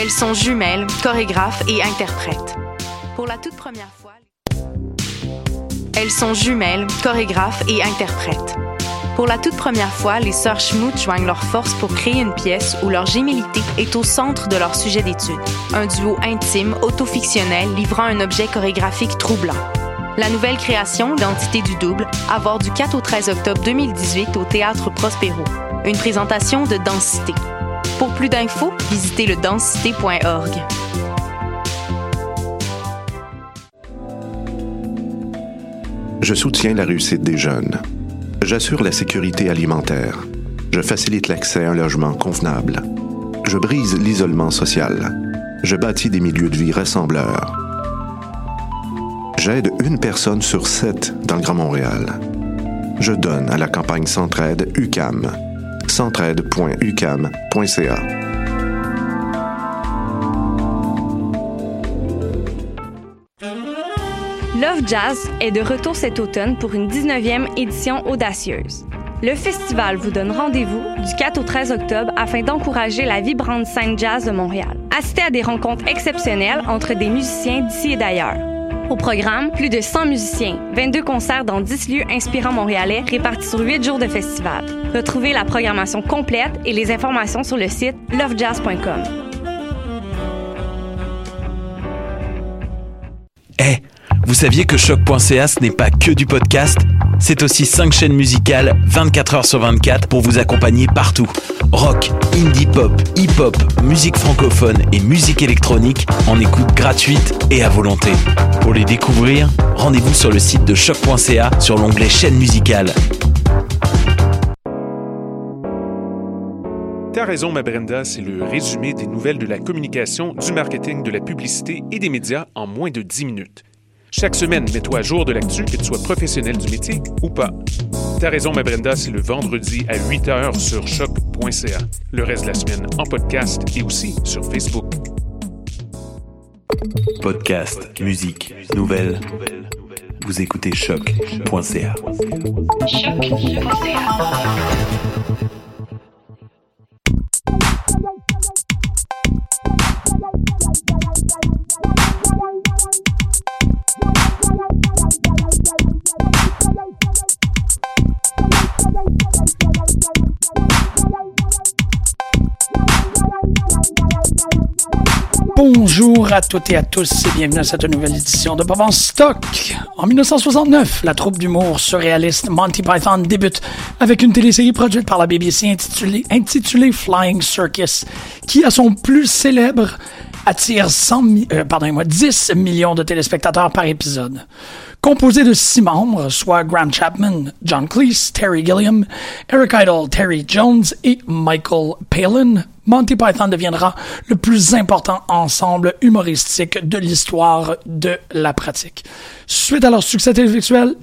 Elles sont jumelles, chorégraphes et interprètes. Pour la toute première fois... Elles sont jumelles, chorégraphes et interprètes. Pour la toute première fois, les sœurs Schmout joignent leurs forces pour créer une pièce où leur gémellité est au centre de leur sujet d'étude. Un duo intime, autofictionnel, livrant un objet chorégraphique troublant. La nouvelle création, L'Entité du double, à voir du 4 au 13 octobre 2018 au Théâtre Prospero. Une présentation de Densité. Pour plus d'infos, visitez le densité.org. Je soutiens la réussite des jeunes. J'assure la sécurité alimentaire. Je facilite l'accès à un logement convenable. Je brise l'isolement social. Je bâtis des milieux de vie rassembleurs. J'aide une personne sur 7 dans le Grand Montréal. Je donne à la campagne Centraide UQAM. centraide.uqam.ca. Love Jazz est de retour cet automne pour une 19e édition audacieuse. Le festival vous donne rendez-vous du 4 au 13 octobre afin d'encourager la vibrante scène jazz de Montréal. Assistez à des rencontres exceptionnelles entre des musiciens d'ici et d'ailleurs. Au programme, plus de 100 musiciens, 22 concerts dans 10 lieux inspirants montréalais répartis sur 8 jours de festival. Retrouvez la programmation complète et les informations sur le site lovejazz.com. Vous saviez que Choc.ca, ce n'est pas que du podcast? C'est aussi 5 chaînes musicales, 24 heures sur 24, pour vous accompagner partout. Rock, indie pop, hip-hop, musique francophone et musique électronique en écoute gratuite et à volonté. Pour les découvrir, rendez-vous sur le site de Choc.ca sur l'onglet chaîne musicale. T'as raison, ma Brenda, c'est le résumé des nouvelles de la communication, du marketing, de la publicité et des médias en moins de 10 minutes. Chaque semaine, mets-toi à jour de l'actu, que tu sois professionnel du métier ou pas. T'as raison, ma Brenda, c'est le vendredi à 8h sur choc.ca. Le reste de la semaine en podcast et aussi sur Facebook. Podcast, musique, nouvelles. Vous écoutez Choc.ca. Bonjour à toutes et à tous et bienvenue à cette nouvelle édition de Pop en Stock. En 1969, la troupe d'humour surréaliste Monty Python débute avec une télésérie produite par la BBC intitulée Flying Circus, qui à son plus célèbre attire 10 millions de téléspectateurs par épisode. Composé de 6 membres, soit Graham Chapman, John Cleese, Terry Gilliam, Eric Idle, Terry Jones et Michael Palin, Monty Python deviendra le plus important ensemble humoristique de l'histoire de la pratique. Suite à leur succès télévisuel,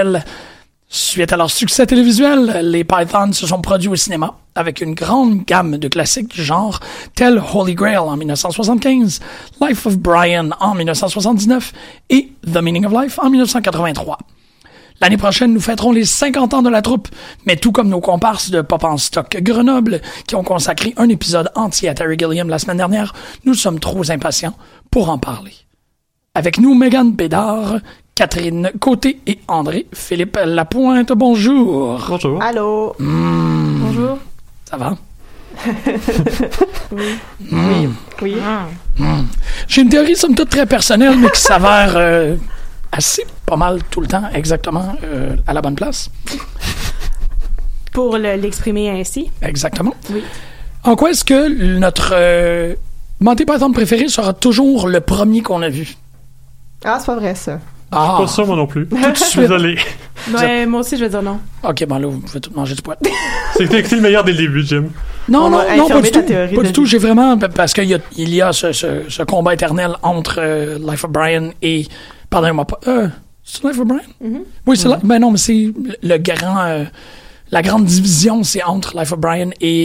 les Pythons se sont produits au cinéma avec une grande gamme de classiques du genre, tels Holy Grail en 1975, Life of Brian en 1979 et The Meaning of Life en 1983. L'année prochaine, nous fêterons les 50 ans de la troupe, mais tout comme nos comparses de Pop en Stock Grenoble, qui ont consacré un épisode entier à Terry Gilliam la semaine dernière, nous sommes trop impatients pour en parler. Avec nous, Mégane Bédard, Catherine Côté et André-Philippe Lapointe. Bonjour. Bonjour. Allô. Bonjour. Ça va? Oui. J'ai une théorie, somme toute, très personnelle, mais qui s'avère assez pas mal tout le temps, exactement à la bonne place. Pour l'exprimer ainsi. Exactement. Oui. En quoi est-ce que notre Monty Python préféré sera toujours le premier qu'on a vu? Ah, c'est pas vrai, ça. Ah. Pas ça, moi non plus. Tout de suite. Désolé. Ouais, moi aussi, je vais dire non. Ok, bon là, vous pouvez tout manger du poil. C'était le meilleur dès le début, Jim. Non, pas du tout. Théorie Pas du tout. J'ai vraiment... Parce qu'il y a ce combat éternel entre Life of Brian et... Pardonnez-moi pas... c'est Life of Brian? Mm-hmm. Oui, c'est ben non, mais c'est le grand... la grande division, c'est entre Life of Brian et...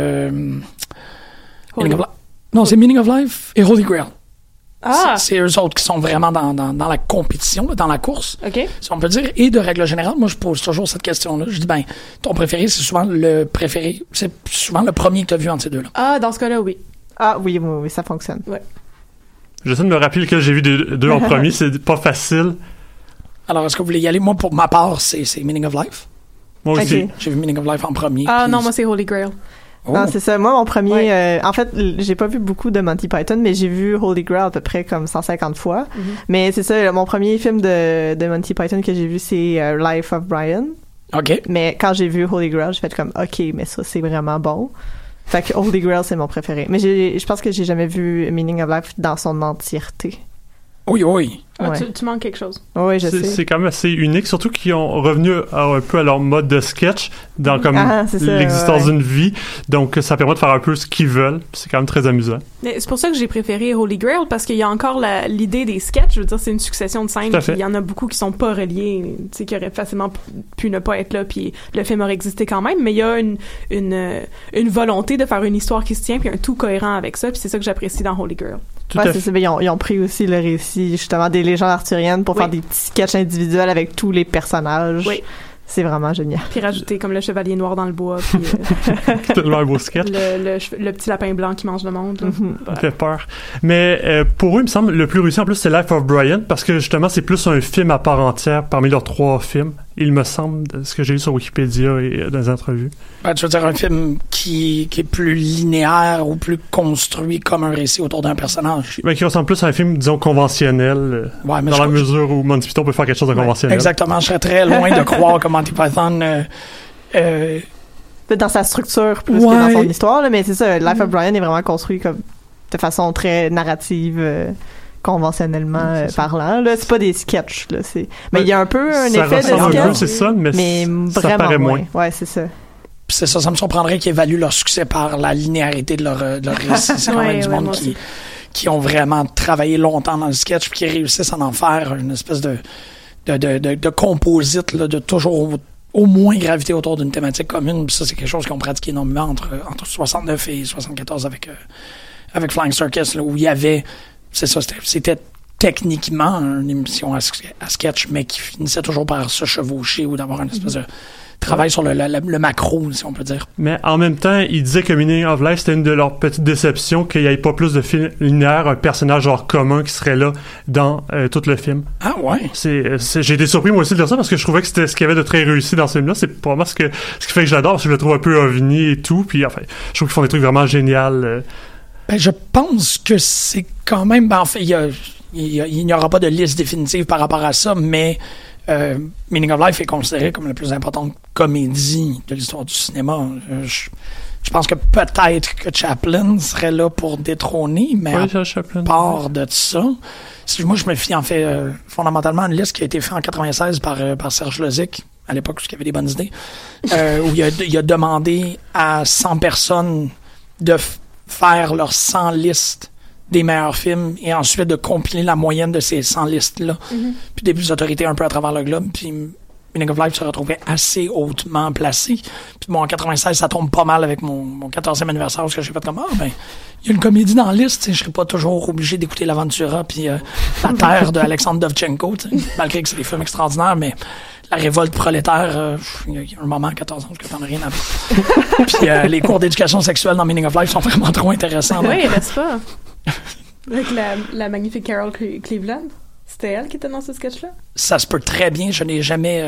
Meaning of Life. Non, c'est Meaning of Life et Holy Grail. Ah. C'est eux autres qui sont vraiment dans la compétition, là, dans la course, si on peut dire. Et de règle générale, moi, je pose toujours cette question-là. Je dis, ton préféré, c'est souvent le préféré. C'est souvent le premier que tu as vu entre ces deux-là. Ah, dans ce cas-là, oui. Ah oui, ça fonctionne. Ouais. J'essaie de me rappeler lequel j'ai vu deux en premier, c'est pas facile. Alors, est-ce que vous voulez y aller? Moi, pour ma part, c'est Meaning of Life. Moi aussi. Okay. J'ai vu Meaning of Life en premier. Ah non, moi c'est Holy Grail. Oh. Non, c'est ça. Moi, mon premier... en fait, j'ai pas vu beaucoup de Monty Python, mais j'ai vu Holy Grail à peu près comme 150 fois. Mm-hmm. Mais c'est ça, mon premier film de Monty Python que j'ai vu, c'est Life of Brian. OK. Mais quand j'ai vu Holy Grail, j'ai fait comme, OK, mais ça, c'est vraiment bon. Fait que Holy Grail, c'est mon préféré. Mais je pense que j'ai jamais vu Meaning of Life dans son entièreté. Oui. Ah, Ouais. Tu manques quelque chose. Oui, je sais. C'est quand même assez unique, surtout qu'ils ont revenu un peu à leur mode de sketch dans comme l'existence d'une vie. Donc, ça permet de faire un peu ce qu'ils veulent. C'est quand même très amusant. Mais c'est pour ça que j'ai préféré Holy Grail, parce qu'il y a encore l'idée des sketchs. Je veux dire, c'est une succession de scènes. Il y en a beaucoup qui sont pas reliés, tu sais, qui auraient facilement pu ne pas être là, puis le film aurait existé quand même. Mais il y a une volonté de faire une histoire qui se tient, puis un tout cohérent avec ça. Puis c'est ça que j'apprécie dans Holy Grail. C'est ça. Ils ont pris aussi le récit, justement, des légendes arthuriennes pour faire des petits sketchs individuels avec tous les personnages. Oui. C'est vraiment génial. Puis rajouter comme le chevalier noir dans le bois. Puis, tellement un beau sketch. Le petit lapin blanc qui mange le monde. Ça fait peur. Mais pour eux, il me semble, le plus réussi en plus, c'est Life of Brian, parce que justement, c'est plus un film à part entière parmi leurs 3 films. Il me semble, de ce que j'ai lu sur Wikipédia et dans les entrevues. Ben, tu veux dire un film qui est plus linéaire ou plus construit comme un récit autour d'un personnage? Ben, qui ressemble plus à un film, disons, conventionnel, dans la mesure où Monty Python peut faire quelque chose de conventionnel. Exactement. Je serais très loin de croire que Monty Python... dans sa structure plus que dans son histoire, là, mais c'est ça, Life of Brian est vraiment construit comme de façon très narrative... conventionnellement parlant, là, c'est pas des sketchs, là, mais il y a un peu un effet de sketch, un peu, c'est ça, mais ça vraiment paraît moins. Ouais, c'est ça. C'est ça, ça me surprendrait qu'ils évaluent leur succès par la linéarité de leur récit. C'est quand même du monde qui ont vraiment travaillé longtemps dans le sketch puis qui réussissent à en faire une espèce de composite, là, de toujours au moins graviter autour d'une thématique commune. Puis ça, c'est quelque chose qu'ils ont pratiqué énormément entre 69 et 74 avec Flying Circus, là, où il y avait... C'est ça, c'était techniquement une émission à sketch, mais qui finissait toujours par se chevaucher ou d'avoir une espèce de travail sur le macro, si on peut dire. Mais en même temps, ils disaient que Meaning of Life, c'était une de leurs petites déceptions, qu'il n'y ait pas plus de film linéaire, un personnage genre commun qui serait là dans tout le film. Ah ouais? J'ai été surpris moi aussi de dire ça, parce que je trouvais que c'était ce qu'il y avait de très réussi dans ce film-là. C'est pour moi ce qui fait que je l'adore, parce que je le trouve un peu ovni et tout, puis enfin, je trouve qu'ils font des trucs vraiment géniaux. Ben, je pense que c'est quand même... Ben, en fait, il n'y aura pas de liste définitive par rapport à ça, mais Meaning of Life est considéré comme la plus importante comédie de l'histoire du cinéma. Je pense que peut-être que Chaplin serait là pour détrôner, mais à part de ça... Moi, je me fie en fait fondamentalement à une liste qui a été faite en 96 par Serge Lozic, à l'époque où il y avait des bonnes idées, où il a demandé à 100 personnes de faire leurs 100 listes des meilleurs films et ensuite de compiler la moyenne de ces 100 listes-là. Mm-hmm. Puis des autorités un peu à travers le globe. Puis Meaning of Life se retrouvait assez hautement placé. Puis bon, en 96, ça tombe pas mal avec mon 14e anniversaire parce que j'ai fait comme, il y a une comédie dans la liste, je serais pas toujours obligé d'écouter l'Aventura puis La Terre de Alexandre Dovchenko, malgré que c'est des films extraordinaires, mais la révolte prolétaire, il y a un moment à 14 ans que t'en as rien à faire. Puis les cours d'éducation sexuelle dans Meaning of Life sont vraiment trop intéressants. Oui, n'est-ce pas? Avec la magnifique Carol Cleveland. C'était elle qui était dans ce sketch-là? Ça se peut très bien. Je n'ai jamais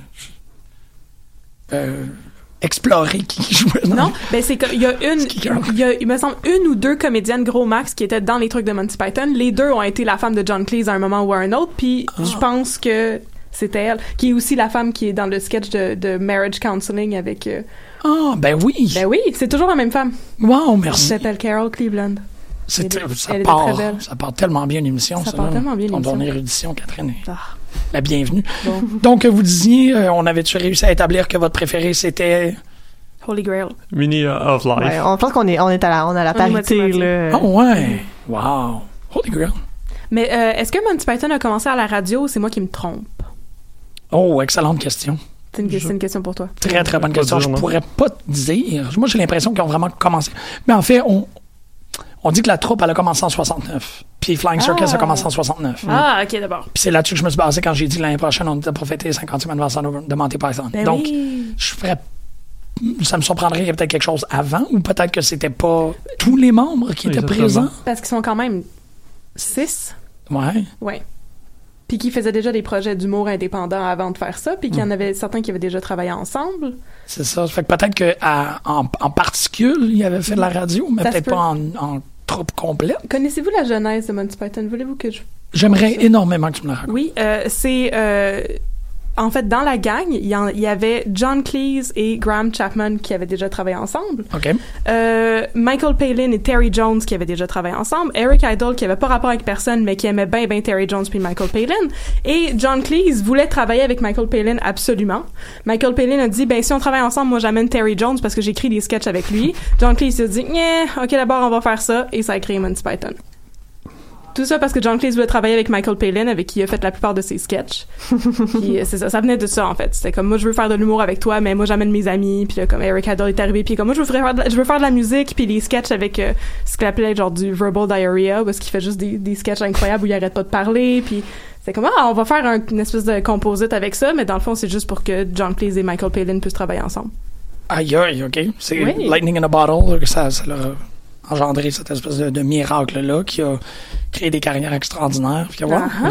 exploré qui jouait. Non, ben c'est comme il y a il me semble 1 ou 2 comédiennes gros max qui étaient dans les trucs de Monty Python. Les 2 ont été la femme de John Cleese à un moment ou à un autre. Puis je pense que c'était elle, qui est aussi la femme qui est dans le sketch de Marriage Counseling avec... ben oui! Ben oui, c'est toujours la même femme. Wow, merci. Elle s'appelle Carol Cleveland. Ça part tellement bien l'émission. Ça part tellement bien l'émission. Ton érudition, Catherine, la bienvenue. Bon. Donc, vous disiez, on avait-tu réussi à établir que votre préféré, c'était... Holy Grail. Meaning of Life. Ouais, on pense qu'on est à la parité, là. Ah ouais! Wow! Holy Grail. Mais est-ce que Monty Python a commencé à la radio ou c'est moi qui me trompe? Oh, excellente question. C'est une question pour toi. Très, très bonne question. Je pourrais pas te dire. Moi, j'ai l'impression qu'ils ont vraiment commencé. Mais en fait, on dit que la troupe, elle a commencé en 69. Puis Flying Circus a commencé en 69. Ah, OK, d'abord. Puis c'est là-dessus que je me suis basé quand j'ai dit l'année prochaine, on était pour fêter le 50e anniversaire de Monty Python. Ben donc, oui. je ferais... ça me surprendrait qu'il y ait peut-être quelque chose avant, ou peut-être que c'était pas tous les membres qui étaient présents. Parce qu'ils sont quand même 6. Ouais. Ouais. Puis qui faisaient déjà des projets d'humour indépendants avant de faire ça, puis qu'il y en avait certains qui avaient déjà travaillé ensemble. C'est ça. Fait que peut-être qu'en particules, il avait fait de la radio, mais ça peut-être pas en troupe complète. Connaissez-vous la genèse de Monty Python? Voulez-vous que je... J'aimerais énormément que tu me la racontes. Oui, c'est... en fait, dans la gang, il y avait John Cleese et Graham Chapman qui avaient déjà travaillé ensemble. OK. Michael Palin et Terry Jones qui avaient déjà travaillé ensemble. Eric Idle qui avait pas rapport avec personne, mais qui aimait bien Terry Jones puis Michael Palin. Et John Cleese voulait travailler avec Michael Palin absolument. Michael Palin a dit, si on travaille ensemble, moi j'amène Terry Jones parce que j'écris des sketchs avec lui. John Cleese a dit, OK, d'abord on va faire ça. Et ça a créé Monty Python. Tout ça parce que John Cleese voulait travailler avec Michael Palin, avec qui il a fait la plupart de ses sketchs. Puis c'est ça venait de ça en fait. C'était comme moi je veux faire de l'humour avec toi, mais moi j'amène mes amis. Puis là, comme Eric Idle est arrivé, puis comme moi je veux faire de la musique, puis les sketchs avec ce qu'il appelait genre du verbal diarrhea, parce qu'il fait juste des sketchs incroyables où il arrête pas de parler. Puis c'est comme on va faire une espèce de composite avec ça, mais dans le fond c'est juste pour que John Cleese et Michael Palin puissent travailler ensemble. Aïe, ok. C'est lightning in a bottle, ça leur a engendré cette espèce de miracle-là qui a créé des carrières extraordinaires. Puis,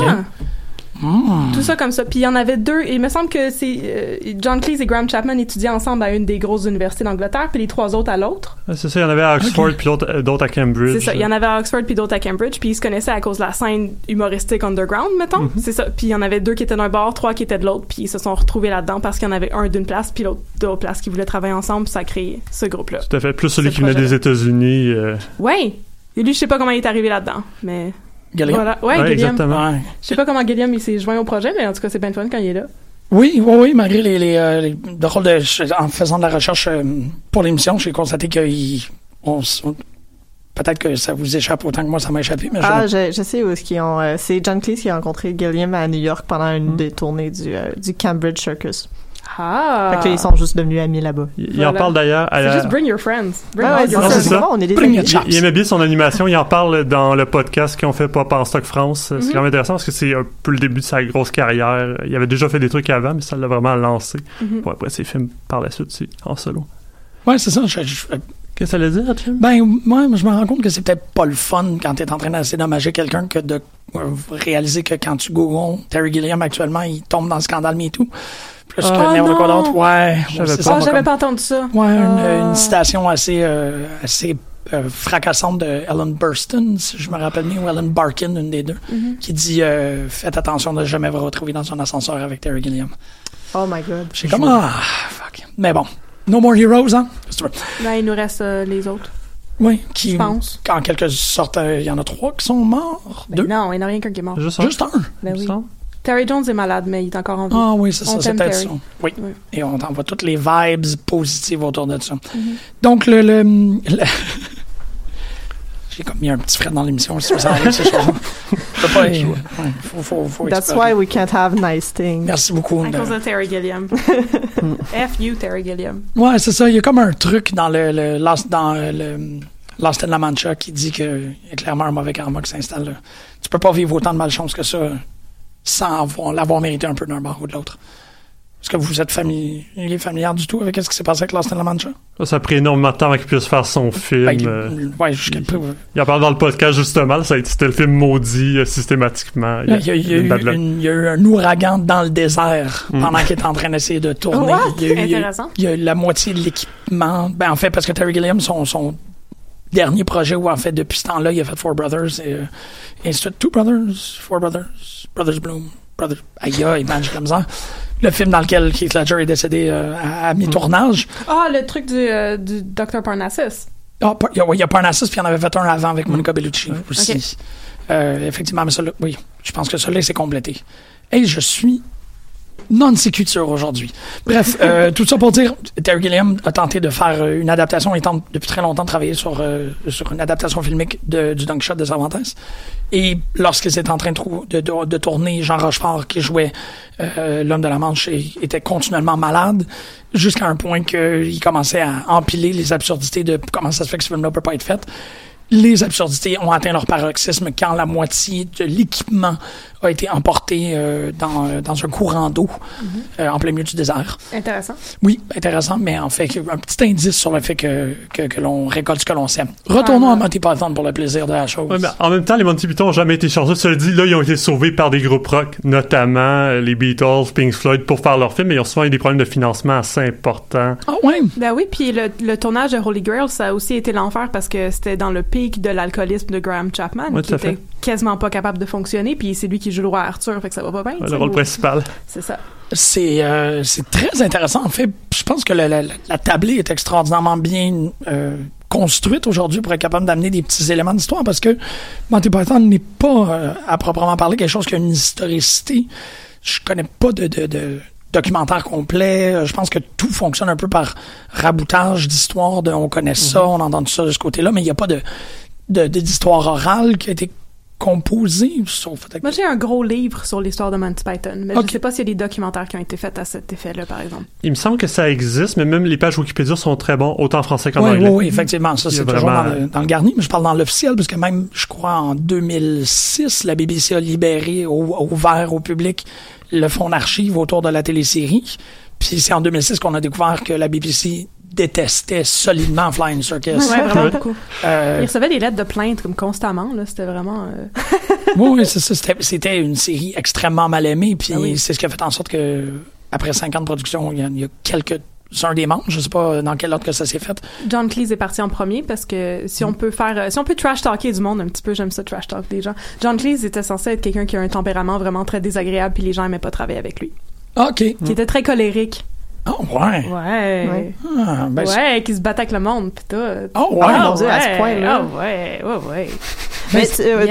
Tout ça comme ça. Puis il y en avait 2. Et il me semble que c'est John Cleese et Graham Chapman étudiaient ensemble à une des grosses universités d'Angleterre, puis les 3 autres à l'autre. C'est ça, il y en avait à Oxford, puis d'autres à Cambridge. C'est ça, il y en avait à Oxford, puis d'autres à Cambridge, puis ils se connaissaient à cause de la scène humoristique underground, mettons. Mm-hmm. C'est ça. Puis il y en avait 2 qui étaient d'un bord, 3 qui étaient de l'autre, puis ils se sont retrouvés là-dedans parce qu'il y en avait un d'une place, puis l'autre d'autre place qui voulaient travailler ensemble, puis ça a créé ce groupe-là. Tout à fait. Plus celui qui venait des États-Unis. Ouais. Et lui, je sais pas comment il est arrivé là-dedans, mais... Gilliam. Voilà. Ouais, Gilliam. Exactement. Ouais. Je sais pas comment Gilliam il s'est joint au projet, mais en tout cas, c'est bien fun quand il est là. Oui, malgré les drôles en faisant de la recherche pour l'émission, j'ai constaté que peut-être que ça vous échappe autant que moi, ça m'a échappé. Mais je sais où est-ce qu'ils ont... c'est John Cleese qui a rencontré Gilliam à New York pendant une des tournées du Cambridge Circus. Ah! Fait qu'ils sont juste devenus amis là-bas. Il en parle d'ailleurs... C'est juste bring your friends. C'est ça. On est des amis. Il aimait bien son animation. Il en parle dans le podcast qu'on fait Pop en Stock France. C'est quand même intéressant parce que c'est un peu le début de sa grosse carrière. Il avait déjà fait des trucs avant, mais ça l'a vraiment lancé. Bon, après, ses films par la suite, c'est en solo. Ouais, c'est ça. Qu'est-ce que ça veut dire, Jim? Moi, je me rends compte que c'est peut-être pas le fun quand t'es en train d'essayer d'homager quelqu'un que de réaliser que quand tu googles Terry Gilliam actuellement, il tombe dans le scandale MeToo. Plus que n'importe quoi d'autre. Ouais. J'avais pas entendu ça. Ouais, une citation assez fracassante de Ellen Burstyn, si je me rappelle bien, ou Ellen Barkin, une des deux, qui dit faites attention de ne jamais vous retrouver dans un ascenseur avec Terry Gilliam. Oh my God. J'ai comme fuck. Mais bon. No more heroes, hein? Il nous reste les autres. Oui, je pense. En quelque sorte, il y en a 3 qui sont morts. 2? Non, il n'y en a rien qu'un qui est mort. Juste un? Ben oui. Terry Jones est malade, mais il est encore en vie. Ah oui, c'est ça, c'est peut-être ça. Oui. Et on t'envoie toutes les vibes positives autour de ça. Donc, j'ai comme mis un petit fret dans l'émission, si ça arrive, ces choses-là. Faut That's why we can't have nice things. Merci beaucoup. À cause de Terry Gilliam. F you, Terry Gilliam. Ouais, c'est ça. Il y a comme un truc dans le Lost in La Mancha qui dit qu'il y a clairement un mauvais karma qui s'installe là. Tu peux pas vivre autant de malchance que ça sans l'avoir mérité un peu d'un bord ou de l'autre. Est-ce que vous êtes familière du tout avec ce qui s'est passé avec Lost in La Mancha? Ça a pris énormément de temps avant qu'il puisse faire son film. Il en parle dans le podcast, justement. C'était le film maudit systématiquement. Il y a eu un ouragan dans le désert pendant qu'il était en train d'essayer de tourner. Intéressant. Il y a la moitié de l'équipement. En fait, parce que Terry Gilliam, son dernier projet où, en fait, depuis ce temps-là, il a fait Four Brothers et ensuite Two Brothers, Four Brothers, Brothers Bloom, Brothers... Aïe, man, j'ai comme ça. Le film dans lequel Heath Ledger est décédé à mi-tournage. Ah, le truc du Dr. Parnassus. Ah, il y a Parnassus, puis il y en avait fait un avant avec Monica Bellucci aussi. Okay. Effectivement, mais ça, oui, je pense que celui-là, c'est complété. Et je suis non-sécuture aujourd'hui. Bref, tout ça pour dire, Terry Gilliam a tenté de faire une adaptation, il tente depuis très longtemps de travailler sur une adaptation filmique du Don Quichotte de Cervantes. Et lorsqu'ils étaient en train de tourner, Jean Rochefort, qui jouait l'homme de la Manche, était continuellement malade, jusqu'à un point qu'il commençait à empiler les absurdités de comment ça se fait que ce film-là peut pas être fait. Les absurdités ont atteint leur paroxysme quand la moitié de l'équipement a été emporté dans un courant d'eau en plein milieu du désert. Intéressant. Oui, intéressant, mais en fait, un petit indice sur le fait que l'on récolte ce que l'on sème. Retournons à Monty Python pour le plaisir de la chose. Ouais, mais en même temps, les Monty Python n'ont jamais été chanceux. Cela dit, là, ils ont été sauvés par des groupes rock, notamment les Beatles, Pink Floyd, pour faire leur film, mais ils ont souvent eu des problèmes de financement assez importants. Ah ouais? Ben oui, puis le tournage de Holy Grail, ça a aussi été l'enfer parce que c'était dans le pic de l'alcoolisme de Graham Chapman, qui était quasiment pas capable de fonctionner, puis c'est lui qui joue le roi Arthur, fait que ça va pas bien. Le rôle principal. C'est ça. C'est très intéressant. En fait, je pense que la tablée est extraordinairement bien construite aujourd'hui pour être capable d'amener des petits éléments d'histoire, parce que Monty Python n'est pas, à proprement parler, quelque chose qui a une historicité. Je connais pas de documentaire complet. Je pense que tout fonctionne un peu par raboutage d'histoire, on connaît ça, on entend tout ça de ce côté-là, mais il n'y a pas d'histoire orale qui a été composée. Moi, j'ai un gros livre sur l'histoire de Monty Python, mais je ne sais pas s'il y a des documentaires qui ont été faits à cet effet-là, par exemple. Il me semble que ça existe, mais même les pages Wikipédia sont très bons, autant en français qu'en anglais. Oui, effectivement. Ça, c'est toujours dans le garni, mais je parle dans l'officiel, parce que même, je crois, en 2006, la BBC a libéré, ouvert au public, le fonds d'archives autour de la télésérie. Puis c'est en 2006 qu'on a découvert que la BBC détestait solidement Flying Circus. Ouais, vraiment beaucoup. Il recevait des lettres de plainte comme constamment, là. C'était vraiment... Oui, c'est ça. C'était une série extrêmement mal aimée, puis c'est ce qui a fait en sorte que, après 5 ans de production, il y a quelques-uns des membres, je sais pas dans quel ordre que ça s'est fait. John Cleese est parti en premier parce que si on peut trash talker du monde un petit peu, j'aime ça trash talk des gens. John Cleese était censé être quelqu'un qui a un tempérament vraiment très désagréable, puis les gens aimaient pas travailler avec lui. OK. Qui était très colérique. Oh, ouais. Ouais. Ah, ben qui se battait avec le monde, pis tout. Oh, ouais. Mon Dieu, à ce point-là. Ah, ouais. Mais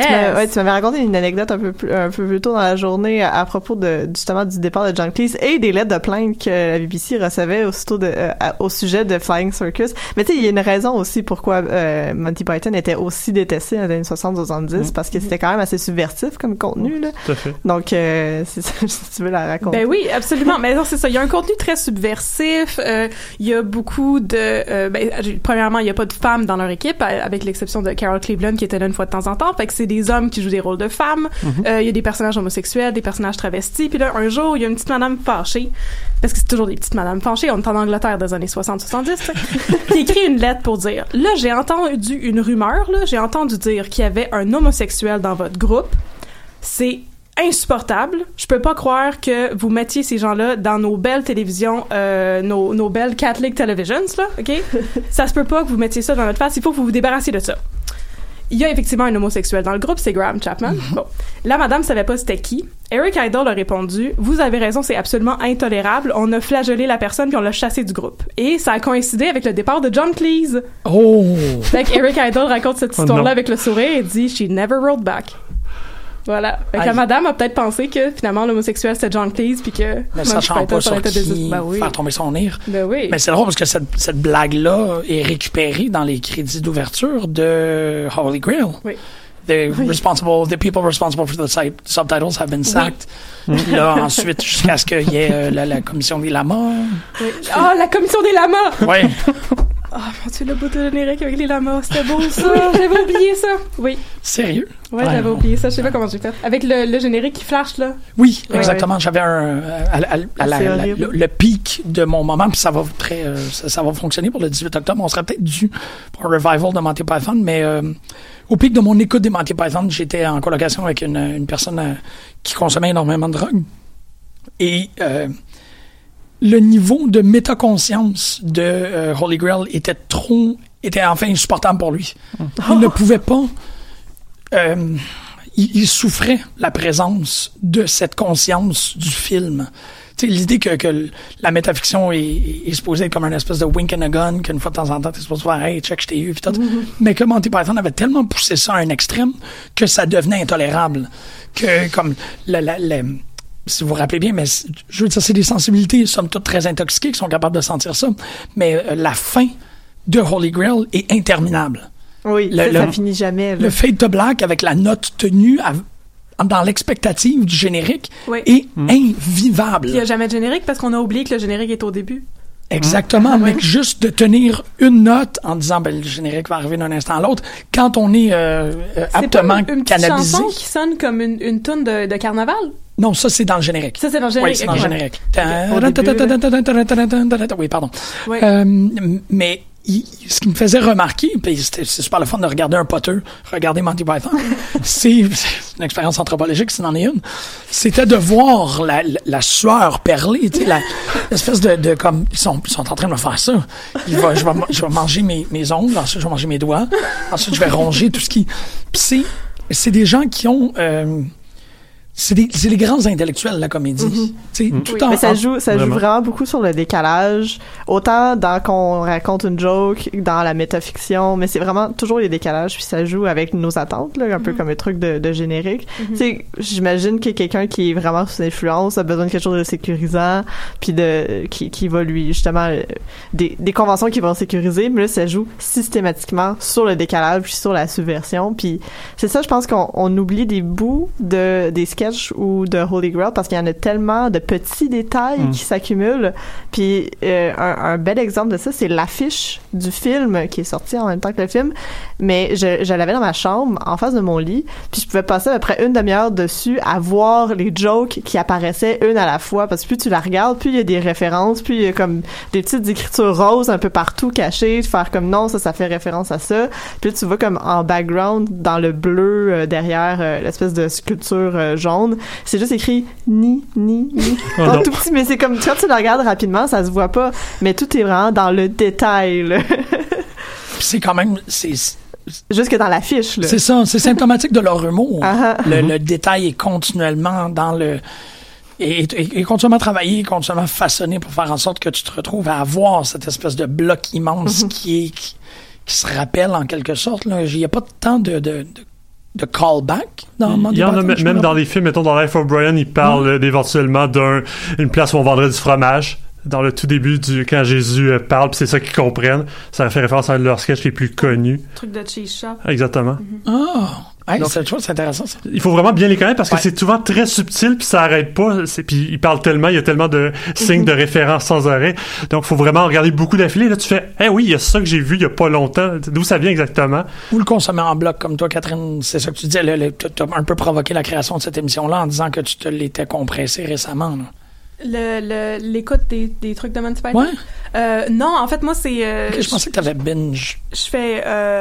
tu m'avais raconté une anecdote un peu plus tôt dans la journée à propos justement du départ de John Cleese et des lettres de plainte que la BBC recevait aussitôt au sujet de Flying Circus. Mais tu sais, il y a une raison aussi pourquoi Monty Python était aussi détesté dans les années 60-70, parce que c'était quand même assez subversif comme contenu, là. Tout à fait. Donc, c'est ça, si tu veux la raconter. Ben oui, absolument. Mais non, c'est ça. Il y a un contenu très subversif. Il y a beaucoup de... premièrement, il n'y a pas de femmes dans leur équipe, avec l'exception de Carol Cleveland qui était là une fois de temps en temps. Fait que c'est des hommes qui jouent des rôles de femmes. Il y a des personnages homosexuels, des personnages travestis. Puis là, un jour, il y a une petite madame fâchée, parce que c'est toujours des petites madames fâchées, on est en Angleterre des années 60-70, qui écrit une lettre pour dire « Là, j'ai entendu une rumeur, là, j'ai entendu dire qu'il y avait un homosexuel dans votre groupe. C'est insupportable. Je peux pas croire que vous mettiez ces gens-là dans nos belles télévisions, nos belles Catholic televisions, là, OK? Ça se peut pas que vous mettiez ça dans notre face. Il faut que vous vous débarrassiez de ça. » Il y a effectivement un homosexuel dans le groupe, c'est Graham Chapman. Bon. La madame savait pas c'était qui. Eric Idle a répondu « Vous avez raison, c'est absolument intolérable. On a flagellé la personne puis on l'a chassé du groupe. » Et ça a coïncidé avec le départ de John Cleese. Oh! Fait que Eric Idle raconte cette histoire-là avec le sourire et dit « She never wrote back. » Voilà. Fait que la madame a peut-être pensé que finalement l'homosexuel c'était John Cleese puis que... Mais sachant pas sur qui faire tomber son nez. Ben oui. Mais c'est drôle parce que cette blague-là est récupérée dans les crédits d'ouverture de Holy Grail. Oui. The people responsible for the subtitles have been sacked. Puis là, ensuite, jusqu'à ce qu'il y ait la commission des lamas. Oui. Ah, la commission des lamas! Oui. Oh mon Dieu, le bout de générique avec les lamas, c'était beau ça! J'avais oublié ça! Oui. Sérieux? Ouais, j'avais oublié ça, je sais pas comment j'ai fait. Avec le générique qui flash, là. Oui, exactement. Ouais. J'avais le pic de mon moment, puis ça va fonctionner pour le 18 octobre. On serait peut-être dû pour un revival de Monty Python, mais au pic de mon écoute des Monty Python, j'étais en colocation avec une personne qui consommait énormément de drogue. Et le niveau de métaconscience de Holy Grail était enfin insupportable pour lui. Il ne pouvait pas... il souffrait la présence de cette conscience du film. Tu sais, l'idée que la métafiction est supposée être comme une espèce de wink and a gun, qu'une fois de temps en temps, t'es supposé faire « Hey, check, je t'ai eu », pis tout. Mais que Monty Python avait tellement poussé ça à un extrême que ça devenait intolérable. Que, comme, si vous vous rappelez bien, mais je veux dire, c'est des sensibilités, somme toute, très intoxiquées qui sont capables de sentir ça. Mais la fin de Holy Grail est interminable. Oui, ça finit jamais. Là. Le Fade to Black avec la note tenue dans l'expectative du générique est invivable. Il n'y a jamais de générique parce qu'on a oublié que le générique est au début. Exactement, mais juste de tenir une note en disant le générique va arriver d'un instant à l'autre, quand on est aptement une canalisé. Chanson qui sonne comme une toune de carnaval? Non, ça c'est dans le générique. Ça c'est dans le générique. Oui, c'est dans le générique. Oui, pardon. Oui. Mais ce qui me faisait remarquer, puis c'est super le fun de regarder un poteux, regarder Monty Python, c'est une expérience anthropologique, s'il en est une, c'était de voir la sueur perler, tu sais, l'espèce de comme, ils sont en train de me faire ça. Je vais manger mes ongles, ensuite je vais manger mes doigts, ensuite je vais ronger tout ce qui... Puis c'est des gens qui ont... c'est les grands intellectuels de la comédie. Mais ça joue vraiment beaucoup sur le décalage, autant dans qu'on raconte une joke, dans la métafiction, mais c'est vraiment toujours les décalages, puis ça joue avec nos attentes, là, un peu comme un truc de générique. Tu sais, j'imagine que quelqu'un qui est vraiment sous influence a besoin de quelque chose de sécurisant, puis qui va lui, justement, des conventions qui vont sécuriser, mais là, ça joue systématiquement sur le décalage, puis sur la subversion, puis c'est ça, je pense qu'on oublie des bouts des sketchs ou de Holy Grail parce qu'il y en a tellement de petits détails qui s'accumulent. Puis un bel exemple de ça, c'est l'affiche du film qui est sorti en même temps que le film, mais je l'avais dans ma chambre en face de mon lit, puis je pouvais passer à peu près une demi-heure dessus à voir les jokes qui apparaissaient une à la fois, parce que plus tu la regardes, plus il y a des références, plus il y a comme des petites écritures roses un peu partout cachées, de faire comme non, ça fait référence à ça. Puis là, tu vois comme en background, dans le bleu derrière l'espèce de sculpture jaune, c'est juste écrit ni en tout petit, mais c'est comme quand tu le regardes rapidement, ça se voit pas, mais tout est vraiment dans le détail là. C'est quand même jusque dans l'affiche là. C'est ça, c'est symptomatique de leur humour. Le détail est continuellement dans le et continuellement travaillé, continuellement façonné pour faire en sorte que tu te retrouves à avoir cette espèce de bloc immense qui se rappelle en quelque sorte là. Il y a pas tant de callback dans Monty Python. Il y en a même dans les films, mettons dans Life of Brian, ils parlent éventuellement d'une place où on vendrait du fromage. Dans le tout début quand Jésus parle, puis c'est ça qu'ils comprennent. Ça fait référence à un de leurs sketchs les plus connus. Truc de cheese shop. Exactement. Donc, c'est intéressant ça. Il faut vraiment bien les connaître parce que c'est souvent très subtil puis ça arrête pas. Puis ils parlent tellement, il y a tellement de signes de référence sans arrêt. Donc il faut vraiment regarder beaucoup d'affilés. Là tu fais, oui, il y a ça que j'ai vu il y a pas longtemps. D'où ça vient exactement? Ou le consommer en bloc comme toi, Catherine. C'est ça que tu disais. Tu as un peu provoqué la création de cette émission-là en disant que tu te l'étais compressé récemment. Là. L'écoute des trucs de Monty Python? Ouais. Non, en fait, moi, c'est... je pensais que t'avais binge. Je fais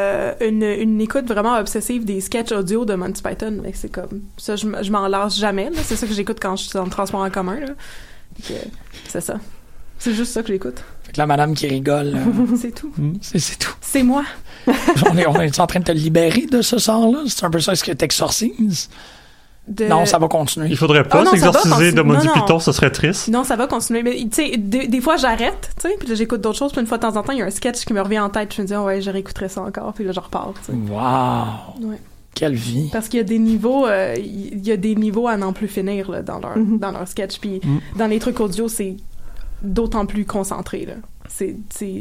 une écoute vraiment obsessive des sketchs audio de Monty Python. Mais c'est comme... Ça, je m'en lasse jamais. Là. C'est ça que j'écoute quand je suis dans le transport en commun. Là. C'est ça. C'est juste ça que j'écoute. Fait que la madame qui rigole... c'est tout. C'est tout. C'est moi. on est en train de te libérer de ce sort-là? C'est un peu ça, est-ce que t'exorcises? Non, ça va continuer. Il faudrait pas s'exorciser de Monty Python, ça serait triste. Non, ça va continuer. Mais tu sais, des fois j'arrête, tu sais, puis là j'écoute d'autres choses, puis une fois de temps en temps, il y a un sketch qui me revient en tête, puis je me dis ouais, je réécouterai ça encore, puis là je repars, tu sais. Wow. Ouais. Quelle vie. Parce qu'il y a des niveaux à n'en plus finir là, dans leur sketch, puis dans les trucs audio, c'est d'autant plus concentré là. C'est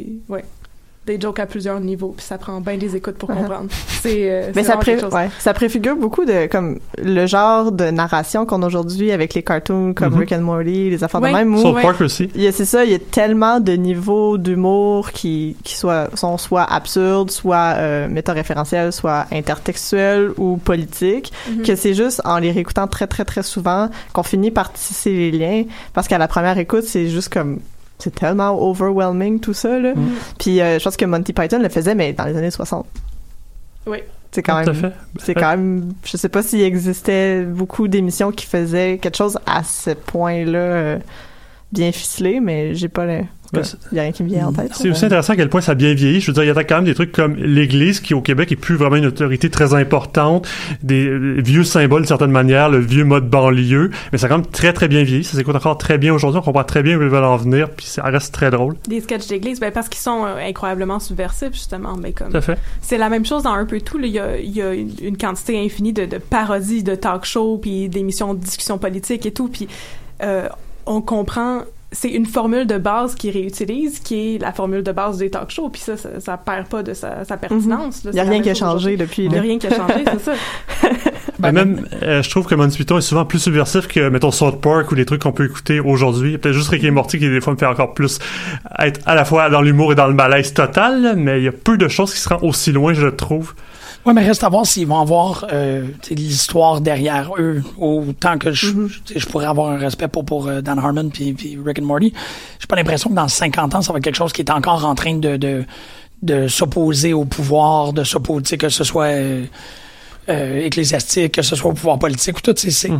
des jokes à plusieurs niveaux, puis ça prend bien des écoutes pour comprendre. Mais ça préfigure beaucoup de comme le genre de narration qu'on a aujourd'hui avec les cartoons comme Rick and Morty, les affaires de même. South Park aussi. C'est ça, il y a tellement de niveaux d'humour qui sont soit absurdes, soit métaréférentiels, soit intertextuels ou politiques, que c'est juste en les réécoutant très très très souvent qu'on finit par tisser les liens, parce qu'à la première écoute, c'est juste comme c'est tellement overwhelming tout ça là. Puis je pense que Monty Python le faisait mais dans les années 60. Oui. C'est quand même je sais pas s'il existait beaucoup d'émissions qui faisaient quelque chose à ce point-là bien ficelé, mais j'ai pas il y a rien qui me vient en tête. C'est aussi intéressant à quel point ça a bien vieilli. Je veux dire, il y a quand même des trucs comme l'Église qui, au Québec, est plus vraiment une autorité très importante, des vieux symboles d'une certaine manière, le vieux mode banlieue, mais ça a quand même très très bien vieilli. Ça s'écoute encore très bien aujourd'hui. On comprend très bien où ils veulent en venir, puis ça reste très drôle. Des sketchs d'Église, parce qu'ils sont incroyablement subversifs, justement. Mais comme tout à fait. C'est la même chose dans un peu tout. Il y a une quantité infinie de parodies, de talk shows, puis d'émissions de discussion politique et tout, puis on comprend... C'est une formule de base qu'ils réutilisent, qui est la formule de base des talk shows, puis ça perd pas de sa pertinence. Il n'y a rien qui a changé depuis. Il n'y a rien qui a changé, c'est ça. Même, je trouve que Monty Python est souvent plus subversif que, mettons, South Park ou les trucs qu'on peut écouter aujourd'hui. Peut-être juste Rick et Morty qui, des fois, me fait encore plus être à la fois dans l'humour et dans le malaise total, mais il y a peu de choses qui se rendent aussi loin, je trouve. Ouais, mais reste à voir s'ils vont avoir l'histoire derrière eux. Autant que je pourrais avoir un respect pour Dan Harmon puis Rick and Morty. J'ai pas l'impression que dans 50 ans, ça va être quelque chose qui est encore en train de s'opposer au pouvoir, de s'opposer, que ce soit ecclésiastique, que ce soit au pouvoir politique, ou tout, c'est ça.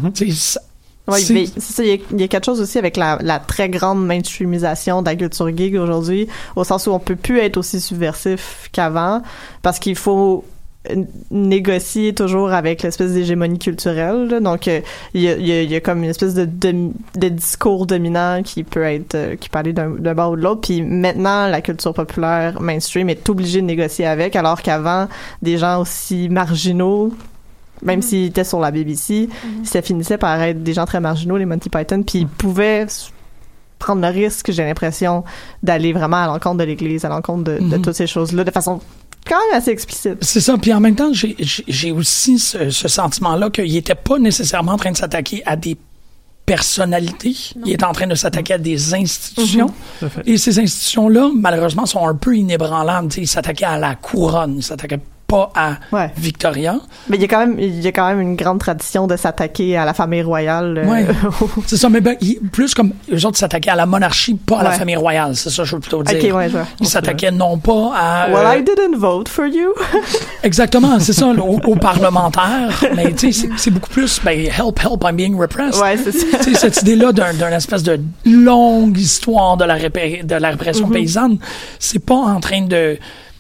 Il y a quelque chose aussi avec la très grande mainstreamisation de la culture geek aujourd'hui, au sens où on peut plus être aussi subversif qu'avant, parce qu'il faut négocier toujours avec l'espèce d'hégémonie culturelle, là. Donc il y a comme une espèce de discours dominant qui peut aller d'un bord ou de l'autre, puis maintenant la culture populaire mainstream est obligée de négocier avec, alors qu'avant des gens aussi marginaux, même s'ils étaient sur la BBC, ça finissait par être des gens très marginaux, les Monty Python, puis ils pouvaient prendre le risque, j'ai l'impression, d'aller vraiment à l'encontre de l'Église, à l'encontre de toutes ces choses-là, de façon quand même assez explicite. C'est ça. Puis en même temps, j'ai aussi ce sentiment-là qu'il était pas nécessairement en train de s'attaquer à des personnalités. Non. Il est en train de s'attaquer à des institutions. Et ces institutions-là, malheureusement, sont un peu inébranlables. Il s'attaquait à la couronne. Il s'attaquait pas à Victoria. Mais il y a quand même une grande tradition de s'attaquer à la famille royale. C'est ça, mais plus comme eux autres s'attaquaient à la monarchie, pas à la famille royale. C'est ça, je veux plutôt dire. Ils s'attaquaient non pas à... Well, I didn't vote for you. Exactement, c'est ça, aux parlementaires. Mais tu sais, c'est beaucoup plus, help, I'm being repressed. Ouais, c'est ça. Tu sais, cette idée-là d'une espèce de longue histoire de la répression paysanne, c'est pas en train de...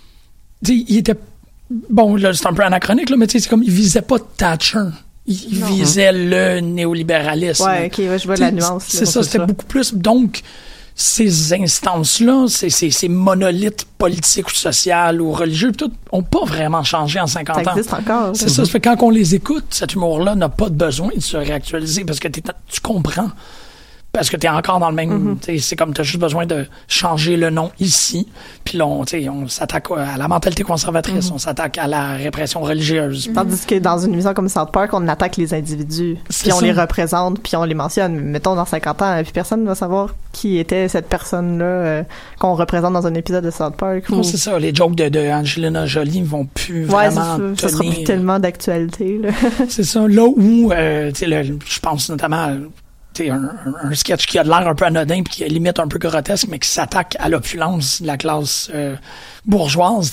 Tu sais, il était... Bon, là, c'est un peu anachronique, là, mais tu sais, c'est comme, il visait pas Thatcher. Il visait le néolibéralisme. Ouais, ok, je vois la nuance. C'est ça, c'était beaucoup plus. Donc, ces instances-là, ces monolithes politiques ou sociaux ou religieux, tout, ont pas vraiment changé en 50 ans. Ça existe encore. C'est ça, ça fait quand on les écoute, cet humour-là n'a pas besoin de se réactualiser parce que tu comprends. Parce que t'es encore dans le même... C'est comme t'as juste besoin de changer le nom ici. Puis là, on s'attaque à la mentalité conservatrice. On s'attaque à la répression religieuse. Tandis que dans une émission comme South Park, on attaque les individus. Puis on les représente, puis on les mentionne. Mettons, dans 50 ans, puis personne ne va savoir qui était cette personne-là qu'on représente dans un épisode de South Park. Non, c'est ça. Les jokes de Angelina Jolie vont plus vraiment tenir. Ça sera plus tellement d'actualité. C'est ça. Là où, je pense notamment... un sketch qui a de l'air un peu anodin puis qui est limite un peu grotesque, mais qui s'attaque à l'opulence de la classe bourgeoise,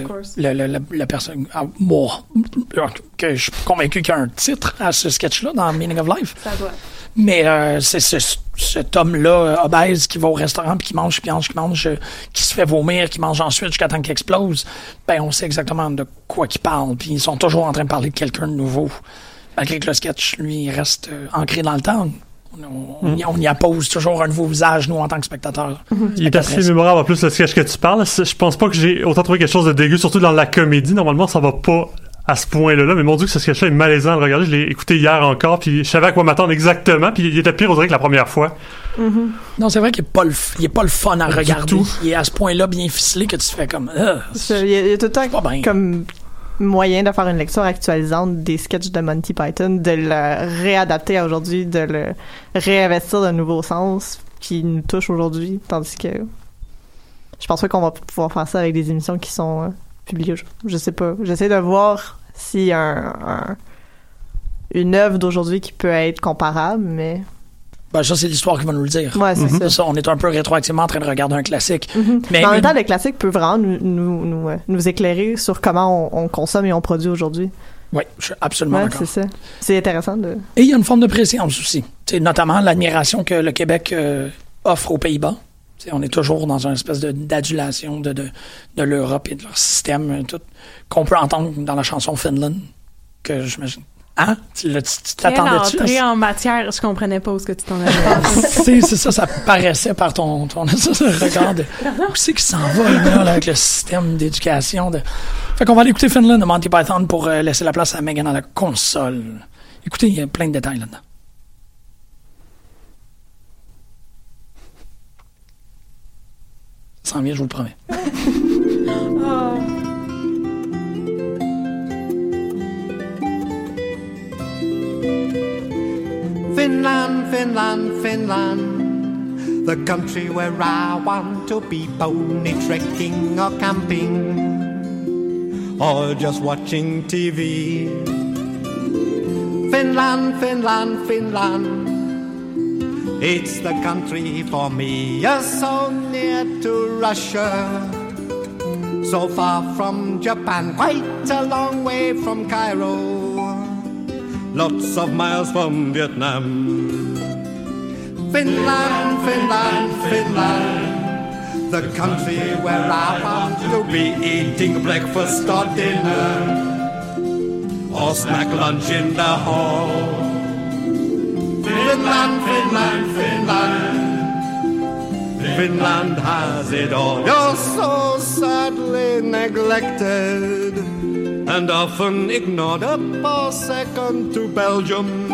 la personne... moi, que je suis convaincu qu'il y a un titre à ce sketch-là dans Meaning of Life. Ça doit. Mais c'est cet homme-là, obèse, qui va au restaurant puis qui mange, qui se fait vomir, qui mange ensuite jusqu'à temps qu'il explose. On sait exactement de quoi qu'il parle, puis ils sont toujours en train de parler de quelqu'un de nouveau. Malgré que le sketch, lui, reste ancré dans le temps. On y appose toujours un nouveau visage, nous, en tant que spectateurs. Il est assez mémorable, en plus, le sketch que tu parles. Je pense pas que j'ai autant trouvé quelque chose de dégueu, surtout dans la comédie. Normalement, ça va pas à ce point-là, mais mon Dieu, que ce sketch-là est malaisant à le regarder. Je l'ai écouté hier encore, puis je savais à quoi m'attendre exactement, puis il était pire, on dirait, que la première fois. Non, c'est vrai qu'il est pas le fun à regarder. Il est à ce point-là bien ficelé que tu te fais comme... Il y a tout le temps comme... moyen de faire une lecture actualisante des sketchs de Monty Python, de le réadapter à aujourd'hui, de le réinvestir d'un nouveau sens qui nous touche aujourd'hui, tandis que je pense pas qu'on va pouvoir faire ça avec des émissions qui sont publiées aujourd'hui. Je sais pas. J'essaie de voir s'il y a une œuvre d'aujourd'hui qui peut être comparable, mais... ça, c'est l'histoire qui va nous le dire. Ouais, c'est ça. On est un peu rétroactivement en train de regarder un classique. Mais en même temps, le classique peut vraiment nous éclairer sur comment on consomme et on produit aujourd'hui. Oui, je suis absolument d'accord. C'est ça. C'est intéressant de... Et il y a une forme de préscience aussi. Notamment l'admiration que le Québec offre aux Pays-Bas. On est toujours dans une espèce d'adulation de l'Europe et de leur système, tout, qu'on peut entendre dans la chanson Finland, que j'imagine... Hein? Tu t'attendais-tu? Quelle entrée en matière, je comprenais pas où ce que tu t'en avais. C'est ça paraissait par ton regard de où c'est qu'il s'en va là, avec le système d'éducation. Fait qu'on va aller écouter Finland de Monty Python pour laisser la place à Megan dans la console. Écoutez, il y a plein de détails là-dedans. Ça s'en vient, je vous le promets. Finland, Finland, Finland, the country where I want to be pony trekking or camping, or just watching TV. Finland, Finland, Finland, it's the country for me. You're so near to Russia, so far from Japan, quite a long way from Cairo, lots of miles from Vietnam. Finland, Finland, Finland, the country where I want to be eating breakfast or dinner, or snack lunch in the hall. Finland, Finland, Finland, Finland has it all. You're so sadly neglected and often ignored, up or second to Belgium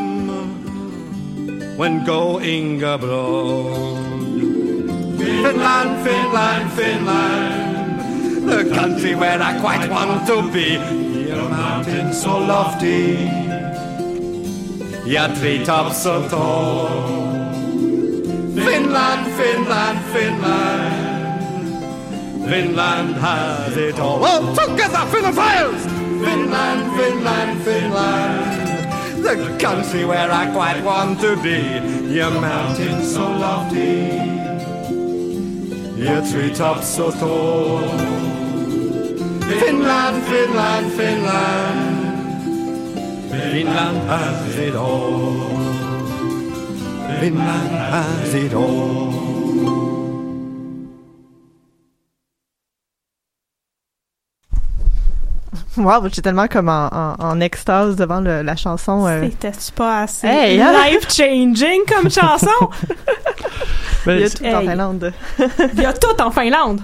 when going abroad. Finland, Finland, Finland, the country where I quite want to be. Your mountains so lofty, your treetops so tall. Finland, Finland, Finland, Finland has it all. Oh, together, Finland! Finland, Finland, Finland, the country where I quite want to be. Your mountains so lofty, your treetops so tall. Finland, Finland, Finland, Finland has it all. Finland has it all. Wow, j'étais tellement comme en extase devant la chanson. C'était pas assez life-changing comme chanson? Il y a tout en Finlande. Il y a tout en Finlande.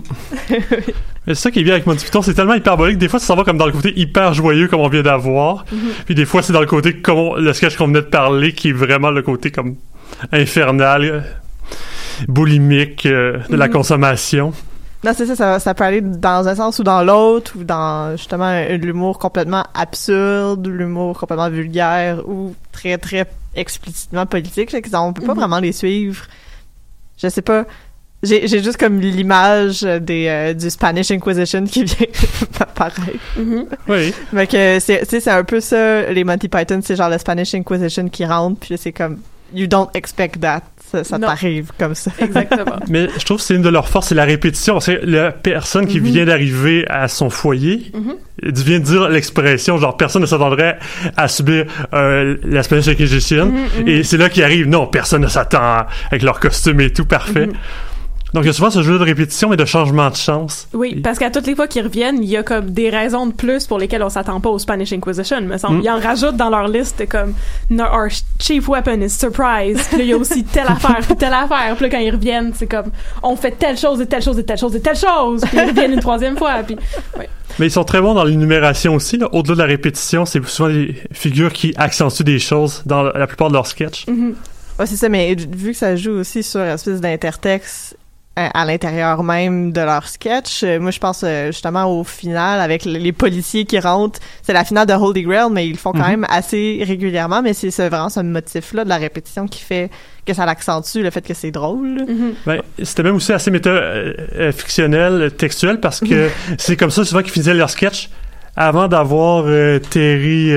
Mais c'est ça qui est bien avec Monty Python, c'est tellement hyperbolique. Des fois, ça s'en va comme dans le côté hyper joyeux comme on vient d'avoir. Puis des fois, c'est dans le côté comme le sketch qu'on venait de parler qui est vraiment le côté comme infernal, boulimique de la consommation. Non, c'est ça peut aller dans un sens ou dans l'autre, ou dans justement l'humour complètement absurde, l'humour complètement vulgaire, ou très, très explicitement politique. On peut pas vraiment les suivre. Je sais pas. J'ai juste comme l'image du Spanish Inquisition qui vient apparaître. Oui. Mais que c'est un peu ça, les Monty Python, c'est genre le Spanish Inquisition qui rentre, puis c'est comme you don't expect that. Ça t'arrive comme ça. Exactement. Mais je trouve que c'est une de leurs forces, c'est la répétition. Parce que la personne qui vient d'arriver à son foyer vient de dire l'expression, genre personne ne s'attendrait à subir la Spanish Inquisition. Et c'est là qu'il arrive. Non, personne ne s'attend avec leur costume et tout, parfait. Donc, il y a souvent ce jeu de répétition, mais de changement de chance. Oui, parce qu'à toutes les fois qu'ils reviennent, il y a comme des raisons de plus pour lesquelles on s'attend pas au Spanish Inquisition, me semble. Ils en rajoutent dans leur liste comme our chief weapon is surprise. Puis là, il y a aussi telle affaire, puis telle affaire. Puis là, quand ils reviennent, c'est comme on fait telle chose et telle chose et telle chose et telle chose. Puis ils reviennent une troisième fois. Puis, ouais. Mais ils sont très bons dans l'énumération aussi. Là. Au-delà de la répétition, c'est souvent des figures qui accentuent des choses dans la plupart de leurs sketchs. Ouais, c'est ça, mais vu que ça joue aussi sur une espèce d'intertexte à l'intérieur même de leur sketch. Moi, je pense justement au final avec les policiers qui rentrent. C'est la finale de Holy Grail, mais ils le font quand même assez régulièrement. Mais c'est vraiment ce motif-là de la répétition qui fait que ça l'accentue, le fait que c'est drôle. Ben, c'était même aussi assez fictionnel, textuel, parce que c'est comme ça souvent qu'ils finissaient leur sketch avant d'avoir Terry...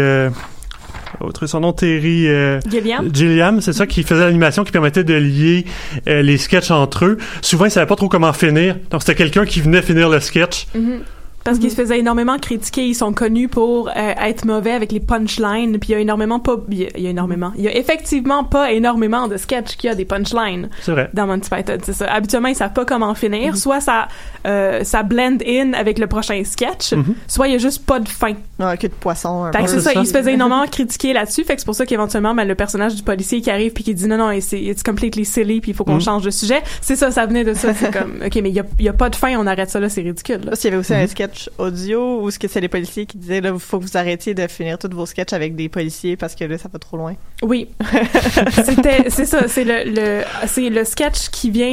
son nom, Terry Gilliam, c'est ça, qui faisait l'animation qui permettait de lier les sketchs entre eux. Souvent, ils savaient pas trop comment finir. Donc, c'était quelqu'un qui venait finir le sketch. Parce qu'ils se faisaient énormément critiquer. Ils sont connus pour être mauvais avec les punchlines. Puis il y a effectivement pas énormément de sketchs qui a des punchlines. C'est vrai. Dans Monty Python, c'est ça. Habituellement, ils savent pas comment finir. Soit ça blend in avec le prochain sketch, soit il y a juste pas de fin. Non, que de poisson. C'est ça. Ils se faisaient énormément critiquer là-dessus. Fait que c'est pour ça qu'éventuellement, le personnage du policier qui arrive puis qui dit non, it's completely silly puis il faut qu'on change de sujet. C'est ça venait de ça. C'est comme, OK, mais il y a pas de fin, on arrête ça là, c'est ridicule. Là. Il y avait aussi un sketch audio où c'est les policiers qui disaient là, faut que vous arrêtiez de finir tous vos sketchs avec des policiers parce que là, ça va trop loin. Oui. C'est ça. C'est le sketch qui vient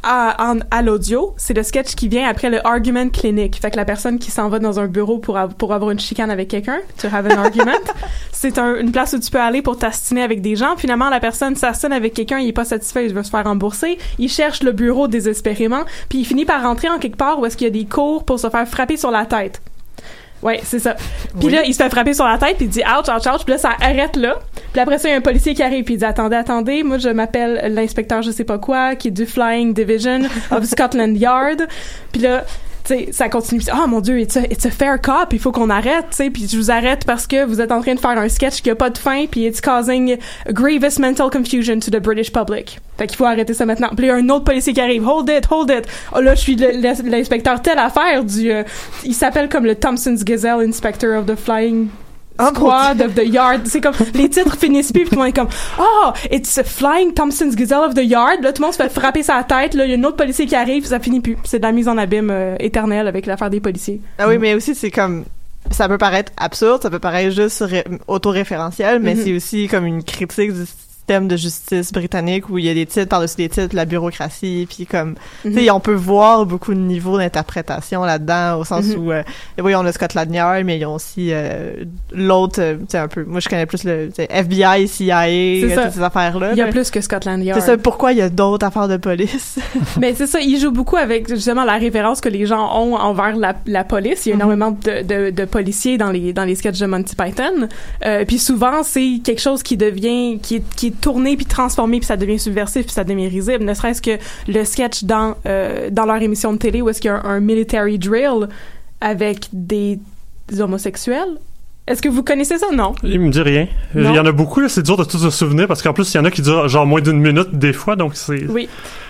à l'audio, c'est le sketch qui vient après le argument clinic. Fait que la personne qui s'en va dans un bureau pour avoir une chicane avec quelqu'un, to have an argument, c'est une place où tu peux aller pour t'astiner avec des gens. Finalement, la personne s'astine avec quelqu'un, il est pas satisfait, il veut se faire rembourser. Il cherche le bureau désespérément, puis il finit par rentrer en quelque part où est-ce qu'il y a des cours pour se faire frapper sur la tête. Ouais, c'est ça. Puis là, il se fait frapper sur la tête, puis il dit « ouch, ouch, ouch », puis là, ça arrête là. Puis après ça, il y a un policier qui arrive, puis il dit « attendez, moi, je m'appelle l'inspecteur je sais pas quoi, qui est du Flying Division of Scotland Yard. » Puis là, tu sais, ça continue. « Oh mon Dieu, it's a fair cop, il faut qu'on arrête, tu sais, puis je vous arrête parce que vous êtes en train de faire un sketch qui a pas de fin, puis it's causing grievous mental confusion to the British public. » Fait qu'il faut arrêter ça maintenant. Puis il y a un autre policier qui arrive. Hold it. Oh là, je suis l'inspecteur telle affaire il s'appelle comme le Thompson's Gazelle Inspector of the Flying Squad of the Yard. C'est comme, les titres finissent plus, puis tout le monde est comme, oh, it's a Flying Thompson's Gazelle of the Yard. Là, tout le monde se fait frapper sa tête. Là, il y a un autre policier qui arrive, ça finit plus. C'est de la mise en abîme éternelle avec l'affaire des policiers. Ah oui, mais aussi, c'est comme, ça peut paraître absurde, ça peut paraître juste autoréférentiel, mais c'est aussi comme une critique du système de justice britannique où il y a des titres par-dessus des titres, la bureaucratie, puis comme, tu sais, on peut voir beaucoup de niveaux d'interprétation là-dedans, au sens où, oui, on a Scotland Yard, mais ils ont aussi l'autre, tu sais, un peu, moi je connais plus le FBI, CIA, toutes ces affaires-là. Il y a plus que Scotland Yard. C'est ça, pourquoi il y a d'autres affaires de police? Mais c'est ça, ils jouent beaucoup avec, justement, la révérence que les gens ont envers la police. Il y a énormément de policiers dans les sketchs de Monty Python. Puis souvent, c'est quelque chose qui devient, qui est tourné puis transformé puis ça devient subversif puis ça devient risible, ne serait-ce que le sketch dans leur émission de télé où est-ce qu'il y a un military drill avec des homosexuels. Est-ce que vous connaissez ça? Non. Il me dit rien. Non. Il y en a beaucoup, là, c'est dur de tous se souvenir parce qu'en plus, il y en a qui durent genre moins d'une minute des fois, donc c'est... Oui.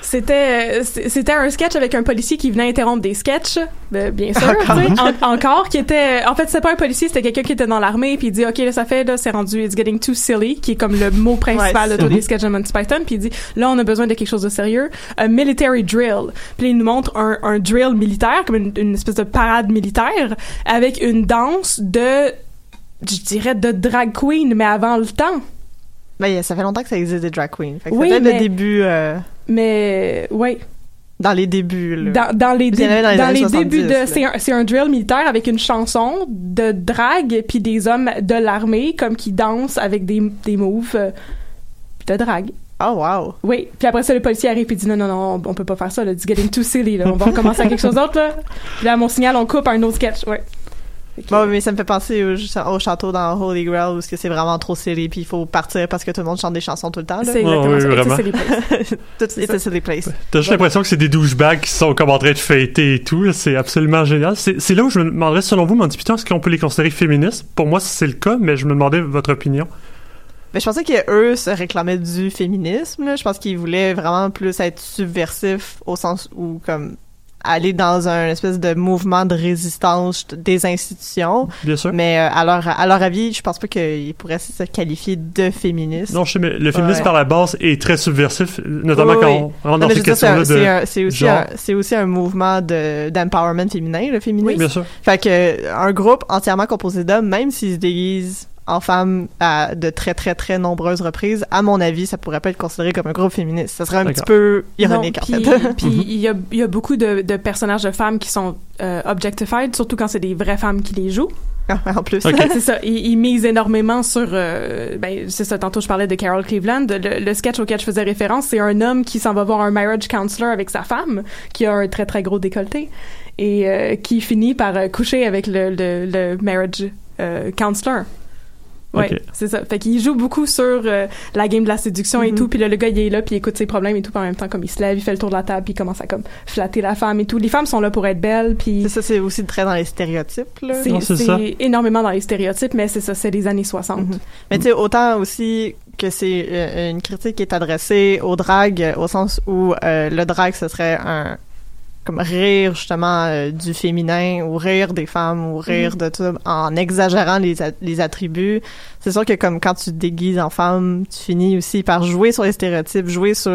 C'était un sketch avec un policier qui venait interrompre des sketchs, bien sûr, encore, qui était, en fait, c'était pas un policier, c'était quelqu'un qui était dans l'armée, puis il dit, OK, là, ça fait, là, c'est rendu, it's getting too silly, qui est comme le mot principal de tous les sketchs de Monty Python, puis il dit, là, on a besoin de quelque chose de sérieux, un military drill. Puis il nous montre un drill militaire, comme une espèce de parade militaire, avec une danse je dirais de drag queen, mais avant le temps. Ben, ça fait longtemps que ça existe des drag queens. Fait que oui, peut-être le début... Mais, oui. Dans les débuts, là. Dans les débuts de... C'est un drill militaire avec une chanson de drag, puis des hommes de l'armée, comme qui dansent avec des moves de drag. Oh, wow. Oui. Puis après ça, le policier arrive et dit non, on peut pas faire ça, là. It's getting too silly, là. On va recommencer à quelque chose d'autre, là. Puis là, à mon signal, on coupe un autre sketch. Ouais. Bon, mais ça me fait penser au château dans Holy Grail où c'est vraiment trop silly puis il faut partir parce que tout le monde chante des chansons tout le temps. Là. C'est exactement ça. Vraiment. It's a silly place. T'as juste l'impression que c'est des douchebags qui sont comme en train de fêter et tout. Là. C'est absolument génial. C'est là où je me demanderais, selon vous, Monty Python, est-ce qu'on peut les considérer féministes? Pour moi, c'est le cas, mais je me demandais votre opinion. Mais je pensais qu'eux se réclamaient du féminisme. Là. Je pense qu'ils voulaient vraiment plus être subversifs au sens où, comme, aller dans un espèce de mouvement de résistance des institutions. Bien sûr. Mais à leur avis, je pense pas qu'ils pourraient se qualifier de féministes. Non, je sais, mais le féminisme par la base est très subversif, notamment quand on rentre dans ces questions-là c'est aussi un mouvement d'empowerment féminin, le féminisme. Oui, bien sûr. Fait que un groupe entièrement composé d'hommes, même s'ils se déguisent en femmes à de très, très, très nombreuses reprises, à mon avis, ça pourrait pas être considéré comme un groupe féministe. Ça serait un petit peu ironique, en fait. Puis il y a beaucoup de personnages de femmes qui sont objectified, surtout quand c'est des vraies femmes qui les jouent. En plus. Okay. C'est ça. Ils misent énormément sur... c'est ça, tantôt je parlais de Carol Cleveland. Le sketch auquel je faisais référence, c'est un homme qui s'en va voir un marriage counselor avec sa femme, qui a un très, très gros décolleté, et qui finit par coucher avec le marriage counselor. Ouais, okay. C'est ça. Fait qu'il joue beaucoup sur la game de la séduction et tout, puis là, le gars, il est là, puis il écoute ses problèmes et tout, puis en même temps, comme il se lève, il fait le tour de la table, puis il commence à comme flatter la femme et tout. Les femmes sont là pour être belles, puis... C'est ça, c'est aussi très dans les stéréotypes, là. C'est énormément dans les stéréotypes, mais c'est ça, c'est les années 60. Mais tu sais, autant aussi que c'est une critique qui est adressée au drag, au sens où le drag, ce serait comme rire justement du féminin ou rire des femmes ou rire de tout en exagérant les attributs. C'est sûr que comme quand tu te déguises en femme, tu finis aussi par jouer sur les stéréotypes,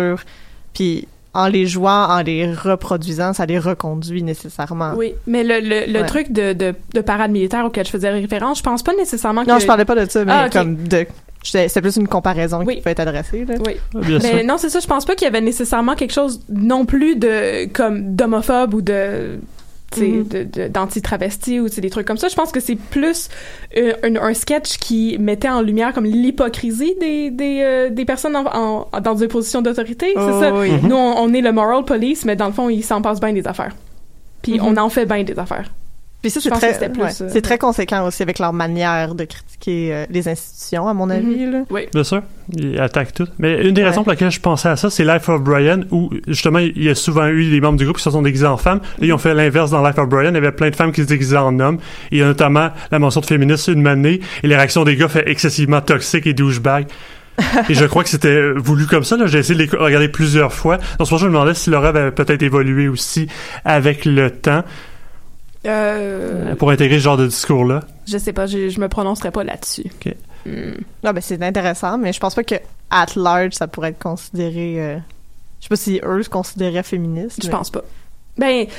puis en les jouant, en les reproduisant, ça les reconduit nécessairement. Oui, mais le truc de parade militaire auquel je faisais référence, je pense pas nécessairement que... Non, je parlais pas de ça, mais comme C'est plus une comparaison qui peut être adressée. Là. Oui. Mais non, c'est ça. Je pense pas qu'il y avait nécessairement quelque chose non plus d'homophobe ou d'anti-travesti ou des trucs comme ça. Je pense que c'est plus un sketch qui mettait en lumière comme l'hypocrisie des personnes dans des positions d'autorité. C'est ça. Oui. Nous, on est le moral police, mais dans le fond, ils s'en passent bien des affaires. Puis on en fait bien des affaires. Puis ça, c'est très conséquent aussi avec leur manière de critiquer les institutions, à mon avis. Là. Oui. Bien sûr, ils attaquent tout. Mais une des raisons pour lesquelles je pensais à ça, c'est Life of Brian, où justement, il y a souvent eu des membres du groupe qui se sont déguisés en femmes. Là, ils ont fait l'inverse dans Life of Brian. Il y avait plein de femmes qui se déguisaient en hommes. Et il y a notamment la mention de féministes une manée, et les réactions des gars fait excessivement toxiques et douchebag. Et je crois que c'était voulu comme ça. Là. J'ai essayé de les regarder plusieurs fois. Donc, c'est pour ça que je me demandais si leur rêve avait peut-être évolué aussi avec le temps. Pour intégrer ce genre de discours-là? Je sais pas, je me prononcerai pas là-dessus. OK. Non, ben c'est intéressant, mais je pense pas que at large, ça pourrait être considéré... je sais pas si eux se considéraient féministes. Je pense pas. Ben...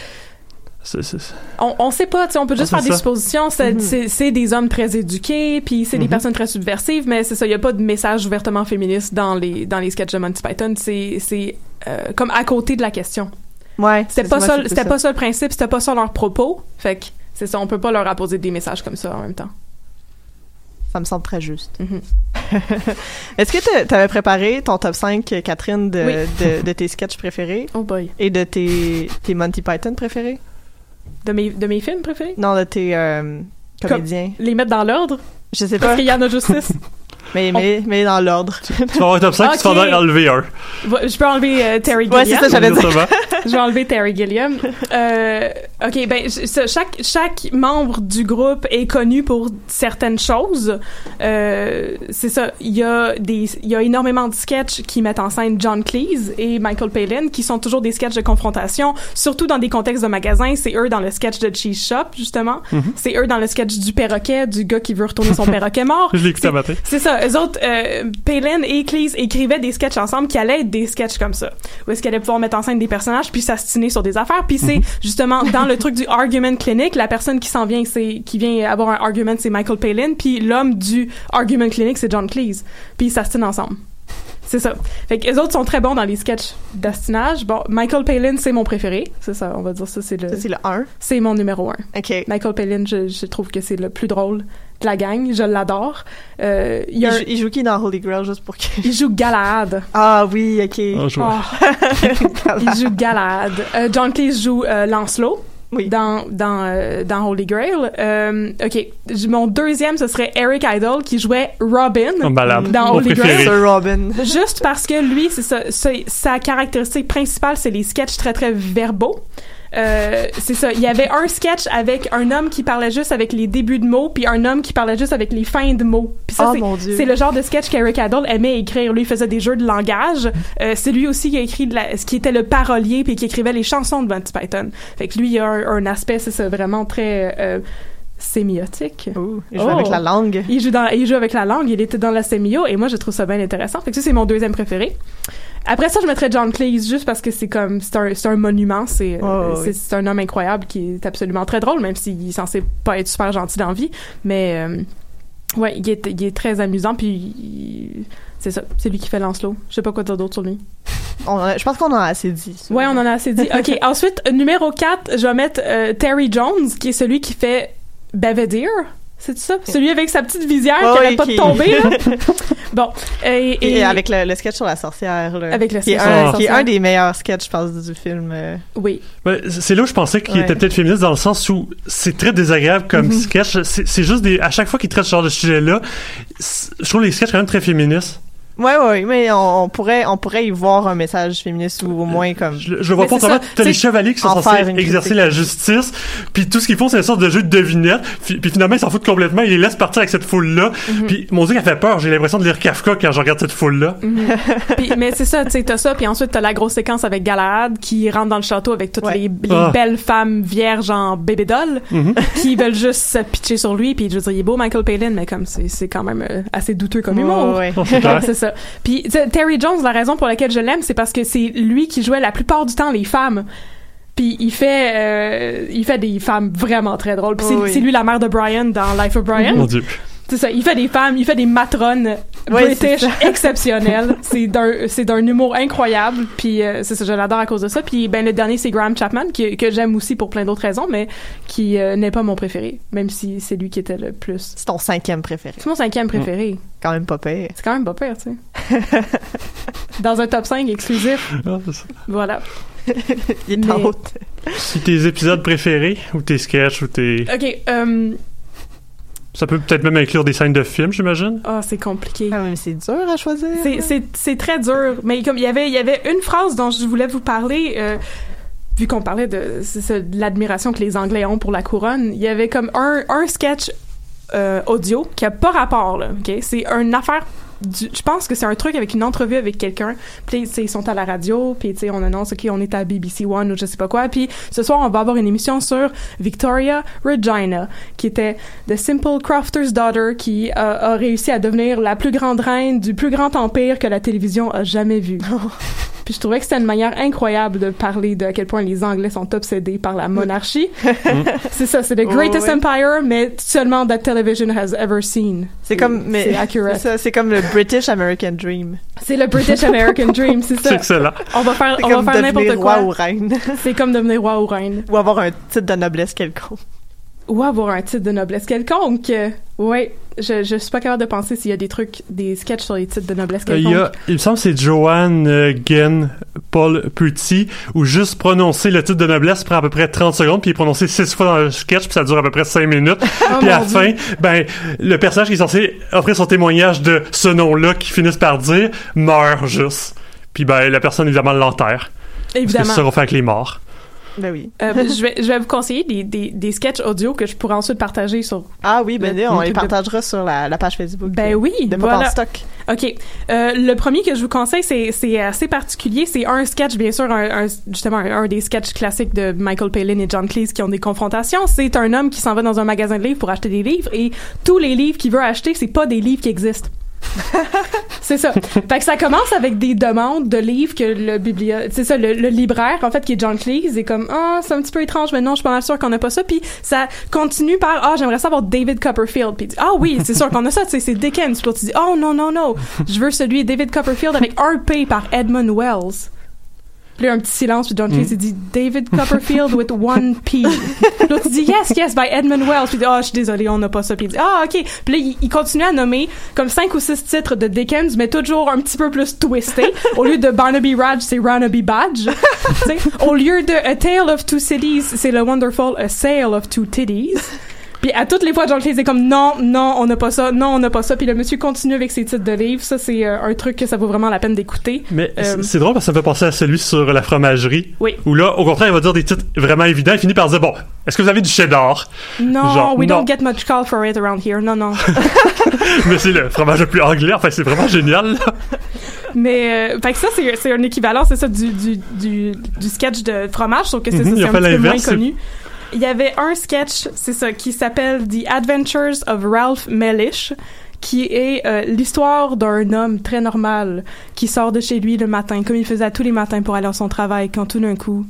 On sait pas, tu sais, on peut juste faire des suppositions. C'est des hommes très éduqués, puis c'est des personnes très subversives, mais c'est ça, il y a pas de message ouvertement féministe dans les sketchs de Monty Python. C'est comme à côté de la question. Ouais. C'était pas ça le principe, c'était pas ça leur propos. Fait que c'est ça, on peut pas leur apposer des messages comme ça en même temps. Ça me semble très juste. Est-ce que t'avais préparé ton top 5, Catherine, de tes sketchs préférés? Oh boy. Et de tes Monty Python préférés? De mes films préférés? Non, de tes comédiens. Les mettre dans l'ordre? Je sais pas. Parce qu'il y en a juste 6. Mais dans l'ordre. Tu vas avoir un top 5, tu vas enlever un. Je peux enlever Terry Gilliam. Ouais, c'est ça, j'allais dire. Je vais enlever Terry Gilliam. OK, ben chaque membre du groupe est connu pour certaines choses. C'est ça, il y a énormément de sketchs qui mettent en scène John Cleese et Michael Palin, qui sont toujours des sketchs de confrontation, surtout dans des contextes de magasins. C'est eux dans le sketch de Cheese Shop, justement. C'est eux dans le sketch du perroquet, du gars qui veut retourner son perroquet mort. Je l'ai écouté matin. C'est ça, eux autres, Palin et Cleese écrivaient des sketchs ensemble qui allaient être des sketchs comme ça, où est-ce qu'ils allaient pouvoir mettre en scène des personnages puis s'astiner sur des affaires. Puis c'est justement dans le truc du argument clinic, la personne qui vient avoir un argument, c'est Michael Palin, puis l'homme du argument clinic, c'est John Cleese. Puis ils s'astinent ensemble. C'est ça. Fait que les autres sont très bons dans les sketchs d'astinage. Bon, Michael Palin, c'est mon préféré. C'est ça, on va dire ça, c'est le 1. C'est mon numéro 1. OK. Michael Palin, je trouve que c'est le plus drôle de la gang. Je l'adore. Il joue qui dans Holy Grail, juste pour que... Il joue Galahad. Ah oui, OK. Il joue Galahad. John Cleese joue Lancelot. Oui. Dans Holy Grail. OK. Mon deuxième, ce serait Eric Idle qui jouait Robin dans Holy Grail. Robin. Juste parce que lui, c'est ça, sa caractéristique principale, c'est les sketchs très, très verbaux. C'est ça. Il y avait un sketch avec un homme qui parlait juste avec les débuts de mots, puis un homme qui parlait juste avec les fins de mots. Puis ça, c'est le genre de sketch qu'Eric Idle aimait écrire. Lui, il faisait des jeux de langage. C'est lui aussi qui a écrit ce qui était le parolier, puis qui écrivait les chansons de Monty Python. Fait que lui, il a un aspect, c'est ça, vraiment très sémiotique. Il joue avec la langue. Il joue avec la langue. Il était dans la sémio, et moi, je trouve ça bien intéressant. Fait que ça, c'est mon deuxième préféré. Après ça, je mettrais John Cleese juste parce que c'est un monument, c'est un homme incroyable qui est absolument très drôle, même s'il est censé pas être super gentil dans la vie, mais ouais, il est très amusant, puis c'est ça, c'est lui qui fait Lancelot. Je sais pas quoi dire d'autre sur lui. Je pense qu'on en a assez dit. Ouais, on en a assez dit. OK, ensuite, numéro 4, je vais mettre Terry Jones, qui est celui qui fait Belvedere. C'est ça? Celui avec sa petite visière qui n'arrête pas de tomber, là. Bon. Et avec le sketch sur la sorcière, là. Avec le sketch sur la sorcière. Qui est un des meilleurs sketchs, je pense, du film. Oui. Ouais, c'est là où je pensais qu'il était peut-être féministe, dans le sens où c'est très désagréable comme sketch. C'est juste à chaque fois qu'il traite ce genre de sujet-là, je trouve les sketchs quand même très féministes. Ouais, mais on pourrait y voir un message féministe ou au moins comme... Je le vois pas autrement. T'as les chevaliers qui sont censés exercer la justice, puis tout ce qu'ils font, c'est une sorte de jeu de devinette, puis finalement, ils s'en foutent complètement, ils les laissent partir avec cette foule-là, puis mon Dieu, qu'elle fait peur. J'ai l'impression de lire Kafka quand je regarde cette foule-là. Mais c'est ça, tu sais, t'as ça, puis ensuite, t'as la grosse séquence avec Galahad qui rentre dans le château avec toutes les belles femmes vierges en bébé doll qui veulent juste se pitcher sur lui, puis je veux dire, il est beau, Michael Palin, mais comme c'est quand même assez douteux comme humour. C'est ça. Puis Terry Jones, la raison pour laquelle je l'aime, c'est parce que c'est lui qui jouait la plupart du temps les femmes. Puis il fait des femmes vraiment très drôles. Puis c'est lui la mère de Brian dans Life of Brian. Mon Dieu. C'est ça, il fait des femmes, il fait des matrones British exceptionnel. C'est d'un humour incroyable. Puis c'est ça, je l'adore à cause de ça. Puis ben le dernier, c'est Graham Chapman, que j'aime aussi pour plein d'autres raisons, mais qui n'est pas mon préféré, même si c'est lui qui était le plus. C'est ton 5e préféré. C'est mon 5e préféré. Quand même pas pire. C'est quand même pas pire, tu sais. Dans un top 5 exclusif. Ah, c'est ça. Voilà. Il est en haut. Si tes épisodes préférés, ou tes sketchs, ou tes... OK, Ça peut peut-être même inclure des scènes de films, j'imagine. Ah, c'est compliqué. Ah, mais c'est dur à choisir. C'est très dur. Mais comme il y avait une phrase dont je voulais vous parler, vu qu'on parlait de l'admiration que les Anglais ont pour la couronne, il y avait comme un sketch audio qui a pas rapport, là. OK? C'est une affaire. Je pense que c'est un truc avec une entrevue avec quelqu'un. Puis ils sont à la radio, puis on annonce OK, on est à BBC One ou je sais pas quoi. Puis ce soir, on va avoir une émission sur Victoria Regina, qui était The Simple Crofter's Daughter, qui a réussi à devenir la plus grande reine du plus grand empire que la télévision a jamais vu. Puis je trouvais que c'était une manière incroyable de parler de à quel point les Anglais sont obsédés par la monarchie. C'est ça, c'est the greatest empire, mais seulement that television has ever seen. C'est accurate. C'est comme le British American Dream. C'est le British American Dream, c'est ça. C'est excellent. On va faire n'importe quoi. Roi ou reine. C'est comme devenir roi ou reine. Ou avoir un titre de noblesse quelconque. Ou avoir un titre de noblesse quelconque. Ouais, je suis pas capable de penser s'il y a des sketchs sur les titres de noblesse quelconque. Il me semble que c'est Joanne Gen Paul Petit, où juste prononcer le titre de noblesse prend à peu près 30 secondes, puis il est prononcé 6 fois dans le sketch, puis ça dure à peu près 5 minutes. Puis à la fin, ben, le personnage qui est censé offrir son témoignage de ce nom-là, qui finissent par dire, meurt juste. Puis ben, la personne, évidemment, l'enterre. Évidemment. Parce que ça va faire avec les morts. Ben oui. Je vais vous conseiller des sketchs audio que je pourrais ensuite partager sur... Ah oui, ben on les partagera sur la page Facebook. Ben oui, de voilà. Pop en stock. OK. Le premier que je vous conseille, c'est assez particulier. C'est un sketch, bien sûr, justement, un des sketchs classiques de Michael Palin et John Cleese qui ont des confrontations. C'est un homme qui s'en va dans un magasin de livres pour acheter des livres et tous les livres qu'il veut acheter, c'est pas des livres qui existent. C'est ça. Fait que ça commence avec des demandes de livres que le libraire, en fait, qui est John Cleese, est comme, c'est un petit peu étrange, mais non, je suis pas mal sûre qu'on n'a pas ça. Puis ça continue par, j'aimerais savoir David Copperfield. Puis il dit, oui, c'est sûr qu'on a ça, tu sais, c'est Dickens. Puis tu dis, non, je veux celui David Copperfield avec un P par Edmund Wells. Puis là, un petit silence, puis John Cleese, il dit David Copperfield with one P. Puis l'autre, il dit yes, by Edmund Wells. Puis il dit, je suis désolé, on n'a pas ça. Puis il dit, OK. Puis là, il continue à nommer comme 5 ou 6 titres de Dickens, mais toujours un petit peu plus twisté. Au lieu de Barnaby Rudge, c'est Barnaby Badge. Au lieu de A Tale of Two Cities, c'est le wonderful A Sale of Two Titties. Puis à toutes les fois, John Cleese est comme non, on n'a pas ça, non, on n'a pas ça. Puis le monsieur continue avec ses titres de livres. Ça, c'est un truc que ça vaut vraiment la peine d'écouter. Mais c'est drôle parce que ça me fait penser à celui sur la fromagerie. Oui. Où là, au contraire, il va dire des titres vraiment évidents. Il finit par dire, bon, est-ce que vous avez du cheddar? Non, we don't get much call for it around here. Non. Mais c'est le fromage le plus anglais. Enfin, c'est vraiment génial, là. Mais fait que ça, c'est un équivalent, c'est ça, du sketch de fromage, sauf que c'est un petit peu moins connu. Il y avait un sketch, c'est ça, qui s'appelle The Adventures of Ralph Mellish, qui est l'histoire d'un homme très normal qui sort de chez lui le matin, comme il faisait tous les matins pour aller à son travail, quand tout d'un coup,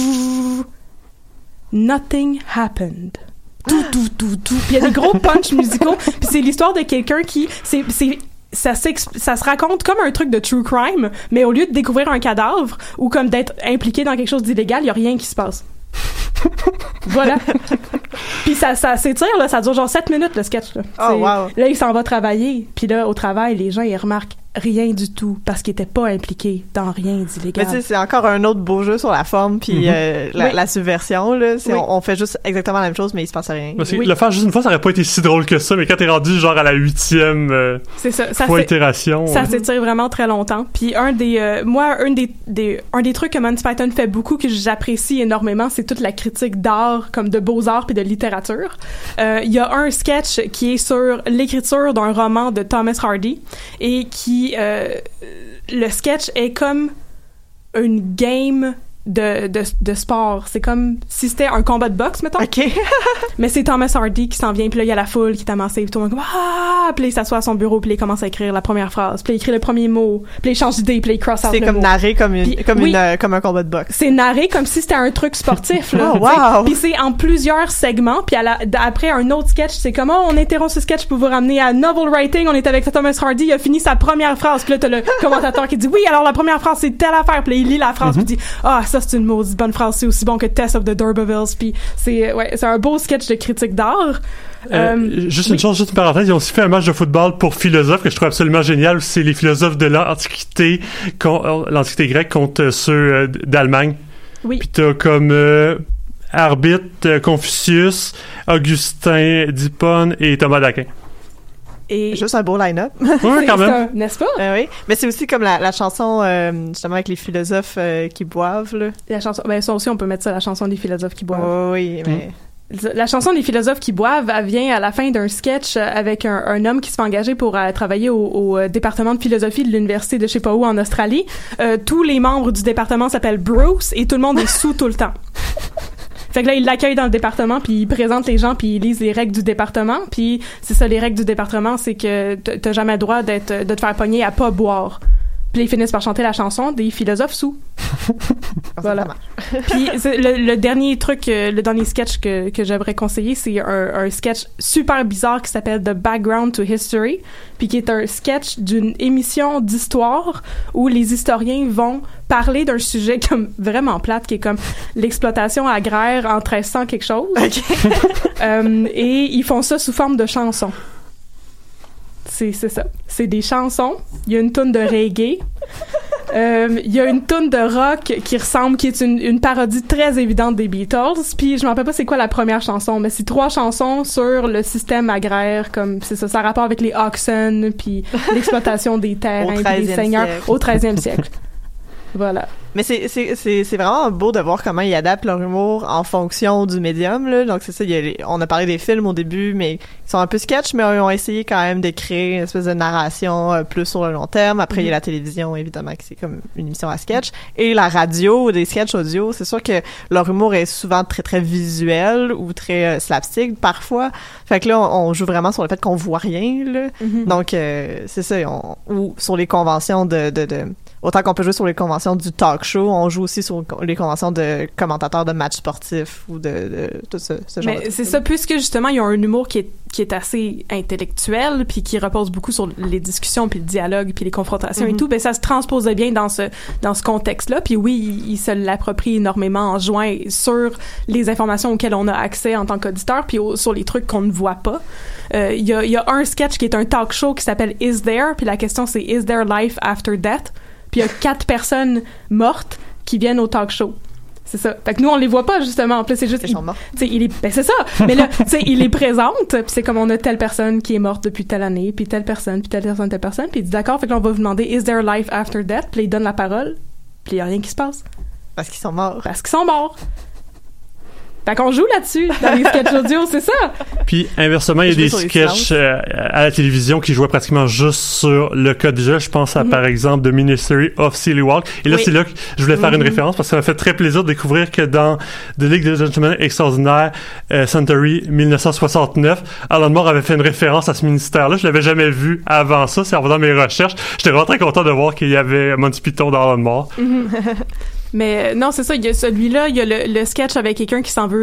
nothing happened. Tout. Puis il y a des gros punchs musicaux. Puis c'est l'histoire de quelqu'un qui... Ça se raconte comme un truc de true crime, mais au lieu de découvrir un cadavre ou comme d'être impliqué dans quelque chose d'illégal, il y a rien qui se passe. Voilà. Puis ça s'étire, là, ça dure genre 7 minutes, le sketch, là. Wow. Là, il s'en va travailler, puis là, au travail, les gens, ils remarquent rien du tout, parce qu'ils étaient pas impliqués dans rien d'illégal. Mais tu sais, c'est encore un autre beau jeu sur la forme, puis la subversion, là. On fait juste exactement la même chose, mais il se passe rien. Parce que le faire juste une fois, ça aurait pas été si drôle que ça, mais quand t'es rendu genre à la 8e fois itération... Ça s'étire vraiment très longtemps. Puis un des trucs que Monty Python fait beaucoup, que j'apprécie énormément, c'est toute la critique d'art, comme de beaux-arts puis de littérature. Il y a un sketch qui est sur l'écriture d'un roman de Thomas Hardy, et qui le sketch est comme une game de sport. C'est comme si c'était un combat de boxe, mettons. OK. Mais c'est Thomas Hardy qui s'en vient, puis là, il y a la foule qui est amassée, puis tout le monde comme « Ah! » Puis là, il s'assoit à son bureau, puis il commence à écrire la première phrase, puis il écrit le premier mot, puis il change d'idée, puis il cross out le mot. C'est comme narré comme un combat de boxe. C'est narré comme si c'était un truc sportif, là. Oh, wow! Puis c'est en plusieurs segments, puis après un autre sketch, c'est comme « Oh, on interrompt ce sketch pour vous ramener à novel writing, on est avec Thomas Hardy, il a fini sa première phrase, puis là, t'as le commentateur qui dit « Oui, alors la première phrase, c'est telle affaire », puis là, il lit la phrase, puis il dit « Ah, ça, c'est une maudite bonne phrase, c'est aussi bon que Test of the D'Urbervilles », puis c'est un beau sketch de critique d'art. Juste une chose, juste une parenthèse, ils ont aussi fait un match de football pour philosophes que je trouve absolument génial. C'est les philosophes de l'Antiquité grecque contre ceux d'Allemagne. Oui. Puis t'as comme arbitre Confucius, Augustin d'Hippone et Thomas d'Aquin. Et juste un beau line-up. Oui, quand même. N'est-ce pas? Oui. Mais c'est aussi comme la chanson, justement, avec les philosophes qui boivent, là. La chanson, ça aussi, on peut mettre ça, la chanson des philosophes qui boivent. Oui, mais... La chanson des philosophes qui boivent, elle vient à la fin d'un sketch avec un homme qui se fait engager pour travailler au département de philosophie de l'université de je sais pas où en Australie. Tous les membres du département s'appellent Bruce et tout le monde est sous tout le temps. Fait que là, il l'accueille dans le département, puis il présente les gens, puis il lise les règles du département. Puis c'est ça, les règles du département, c'est que t'as jamais le droit de te faire pogner à pas boire. Puis ils finissent par chanter la chanson des philosophes sous. Voilà. Puis le dernier truc, le dernier sketch que j'aimerais conseiller, c'est un sketch super bizarre qui s'appelle The Background to History, puis qui est un sketch d'une émission d'histoire où les historiens vont parler d'un sujet comme vraiment plate, qui est comme l'exploitation agraire en 1300 quelque chose. Okay. Et ils font ça sous forme de chansons. C'est ça. C'est des chansons. Il y a une toune de reggae. Il y a une toune de rock qui est une parodie très évidente des Beatles. Puis je m'en rappelle pas c'est quoi la première chanson, mais c'est 3 chansons sur le système agraire, comme c'est ça, ça a rapport avec les oxen, puis l'exploitation des terrains, puis des seigneurs au 13e siècle. Voilà. Mais c'est vraiment beau de voir comment ils adaptent leur humour en fonction du médium, là. Donc c'est ça, on a parlé des films au début, mais ils sont un peu sketch, mais ils ont essayé quand même d'écrire une espèce de narration plus sur le long terme. Après, il y a la télévision, évidemment, qui c'est comme une émission à sketch. Et la radio, des sketchs audio, c'est sûr que leur humour est souvent très, très visuel ou très slapstick, parfois. Fait que là, on joue vraiment sur le fait qu'on voit rien, là. Donc, c'est ça, ou sur les conventions autant qu'on peut jouer sur les conventions du talk show, on joue aussi sur les conventions de commentateurs de matchs sportifs ou de tout ce genre de Mais c'est ça, puisque justement, ils ont un humour qui est assez intellectuel, puis qui repose beaucoup sur les discussions, puis le dialogue, puis les confrontations et tout, ben ça se transposait bien dans ce contexte-là. Puis oui, ils se l'approprient énormément en jouant sur les informations auxquelles on a accès en tant qu'auditeur, puis sur les trucs qu'on ne voit pas. Il y a un sketch qui est un talk show qui s'appelle Is There, puis la question c'est Is there life after death? Puis il y a 4 personnes mortes qui viennent au talk show. C'est ça. Fait que nous, on les voit pas, justement. En plus, c'est juste... Ils sont morts. C'est ça. Mais là, tu sais, il les présente, puis c'est comme on a telle personne qui est morte depuis telle année, puis telle personne, puis telle personne, puis il dit d'accord, fait que là, on va vous demander Is there life after death? Puis là, il donne la parole, puis il y a rien qui se passe. Parce qu'ils sont morts. Fait qu'on joue là-dessus, dans les sketchs audio, c'est ça! Puis, inversement, il y a des sketchs à la télévision qui jouaient pratiquement juste sur le code visuel. Je pense à, par exemple, The Ministry of Silly Walk. Et là, c'est là que je voulais faire une référence parce que ça m'a fait très plaisir de découvrir que dans The League of Gentlemen Extraordinaire Century 1969, Alan Moore avait fait une référence à ce ministère-là. Je l'avais jamais vu avant ça. C'est en faisant mes recherches. J'étais vraiment très content de voir qu'il y avait Monty Python dans Alan Moore. Mais non, c'est ça, il y a celui-là, il y a le sketch avec quelqu'un qui s'en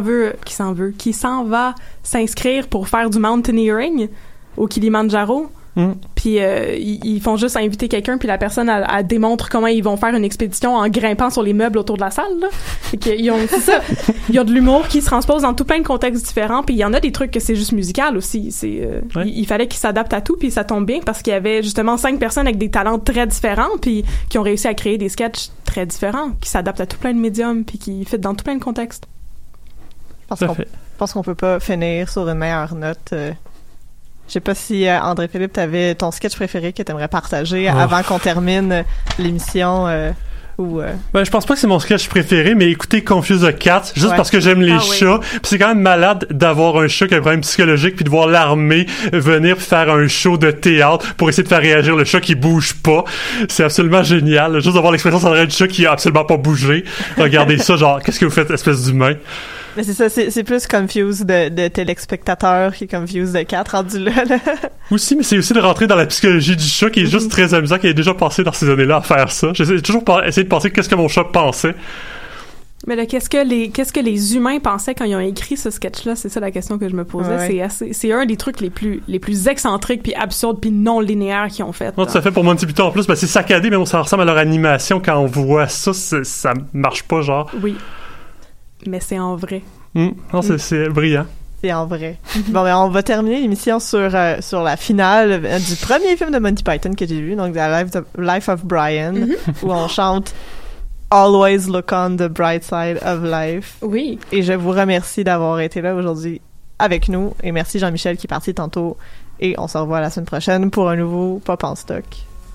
va s'inscrire pour faire du mountaineering au Kilimanjaro. Puis ils font juste inviter quelqu'un, puis la personne elle démontre comment ils vont faire une expédition en grimpant sur les meubles autour de la salle, là. C'est ça. Il y a de l'humour qui se transpose dans tout plein de contextes différents, puis il y en a des trucs que c'est juste musical aussi. Il fallait qu'ils s'adaptent à tout, puis ça tombe bien parce qu'il y avait justement 5 personnes avec des talents très différents, puis qui ont réussi à créer des sketchs très différents, qui s'adaptent à tout plein de médiums, puis qui fit dans tout plein de contextes. Je pense qu'on peut pas finir sur une meilleure note. Je sais pas si André-Philippe, t'avais ton sketch préféré que t'aimerais partager avant qu'on termine l'émission. ou je pense pas que c'est mon sketch préféré, mais écoutez Confuse the Cat, juste parce que j'aime les chats. Puis c'est quand même malade d'avoir un chat qui a un problème psychologique, puis de voir l'armée venir faire un show de théâtre pour essayer de faire réagir le chat qui bouge pas. C'est absolument génial. Juste d'avoir l'expression sur le chat qui a absolument pas bougé. Regardez ça, genre, qu'est-ce que vous faites, espèce d'humain? Mais c'est ça, c'est plus confuse de téléspectateur qui confuse de cat rendu là. Aussi, mais c'est aussi de rentrer dans la psychologie du chat qui est juste très amusant, qui est déjà passé dans ces années-là à faire ça. J'essaie toujours essayer de penser qu'est-ce que mon chat pensait. Mais là, qu'est-ce que les humains pensaient quand ils ont écrit ce sketch-là? C'est ça la question que je me posais. Ouais. C'est un des trucs les plus excentriques puis absurdes puis non linéaires qu'ils ont fait. Non, tout à fait. Pour Monty Python en plus, c'est saccadé, mais ça ressemble à leur animation. Quand on voit ça, ça marche pas, genre. Oui. Mais c'est en vrai. Non, c'est brillant. C'est en vrai. Bon, on va terminer l'émission sur la finale du premier film de Monty Python que j'ai vu, donc The Life of Brian, où on chante Always Look on the Bright Side of Life. Oui. Et je vous remercie d'avoir été là aujourd'hui avec nous. Et merci Jean-Michel qui est parti tantôt. Et on se revoit la semaine prochaine pour un nouveau Pop en stock.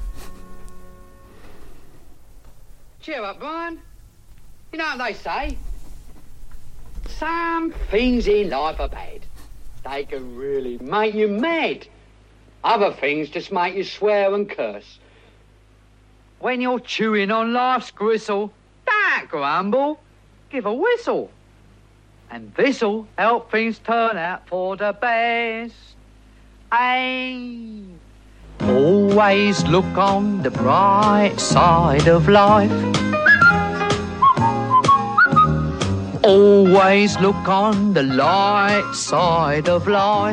Cheer up, Brian. You know what they say? Some things in life are bad. They can really make you mad. Other things just make you swear and curse. When you're chewing on life's gristle, don't grumble, give a whistle. And this'll help things turn out for the best. Hey. Always look on the bright side of life. Always look on the light side of life.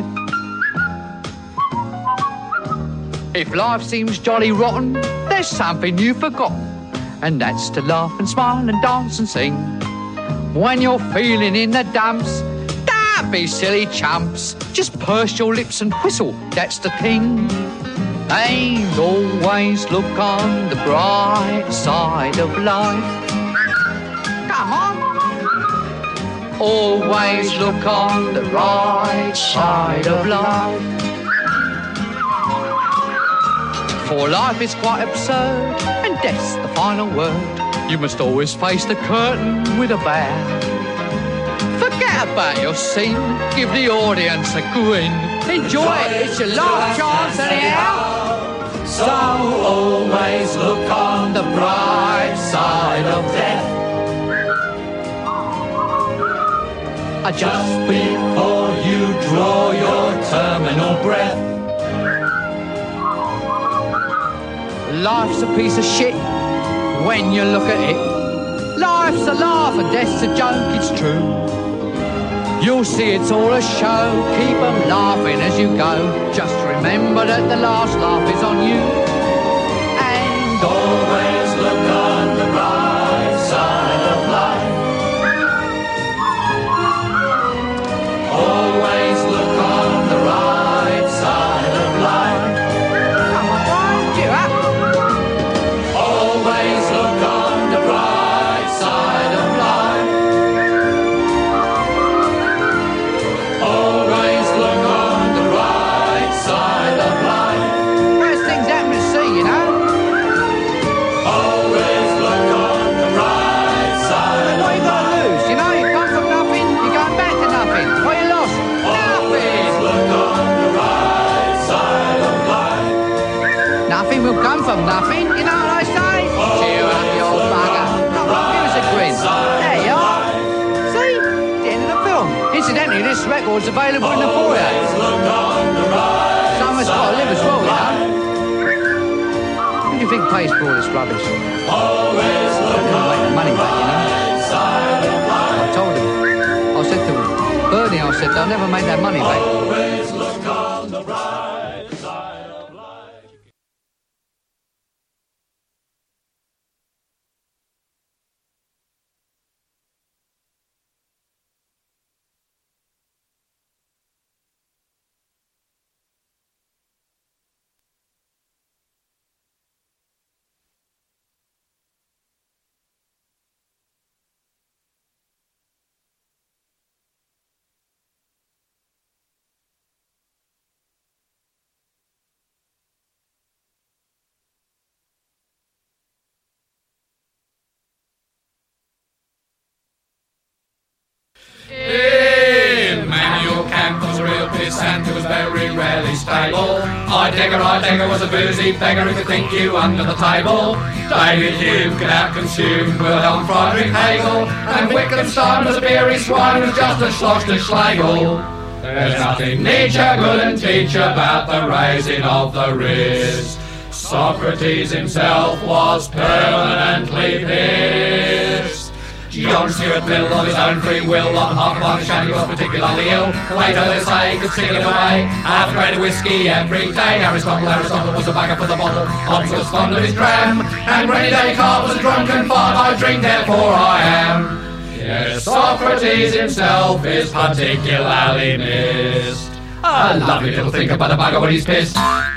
If life seems jolly rotten, there's something you've forgotten, and that's to laugh and smile and dance and sing. When you're feeling in the dumps, don't be silly chumps. Just purse your lips and whistle, that's the thing. And always look on the bright side of life. Come on. Always look on the right side of life. For life is quite absurd, and death's the final word. You must always face the curtain with a bow. Forget about your scene, give the audience a grin. Enjoy it, it's your last chance anyhow. So always look on the bright side of death. Just before you draw your terminal breath. Life's a piece of shit when you look at it. Life's a laugh and death's a joke, it's true. You'll see it's all a show, keep 'em laughing as you go. Just remember that the last laugh is on you. And always look on the bright side of life. Always look on the right side of life. Come on, Brian, cheer up. Always look on the right side of life. Always look on the right side of life. First things happen to see, you know. Always look on the right side of life. What you got to lose, you know? You come from nothing, you're going back to nothing. What you lost? Always look on the right side of life. Nothing will come from nothing, you know what I say? Cheer up, you old bugger. Come on, give us a grin. There you are. See? The end of the film. Incidentally, this record's available in the foyer. Someone's got to live as well, you know. Who do you think pays for all this rubbish? Always look on the money back, you know. I told him. I said to him, Bernie, I said, they'll never make that money back. Always look on the right side of life. Heidegger was a boozy beggar who could think you under the table. David Hume could out-consume Wilhelm Friedrich Hegel. And Wittgenstein was a beery swine who was just a schloss Schlegel. There's nothing Nietzsche couldn't teach about the raising of the wrist. Socrates himself was permanently pissed. John Stuart Mill, of his own free will, on half of his shanty was particularly ill. Later they say he could sing it away after a whiskey every day. Aristotle was a bagger for the bottle. Hobbes was fond of his dram, and René Descartes was a drunken fart. I drink, therefore I am. Yes, Socrates himself is particularly missed. A lovely little think about a bagger when he's pissed.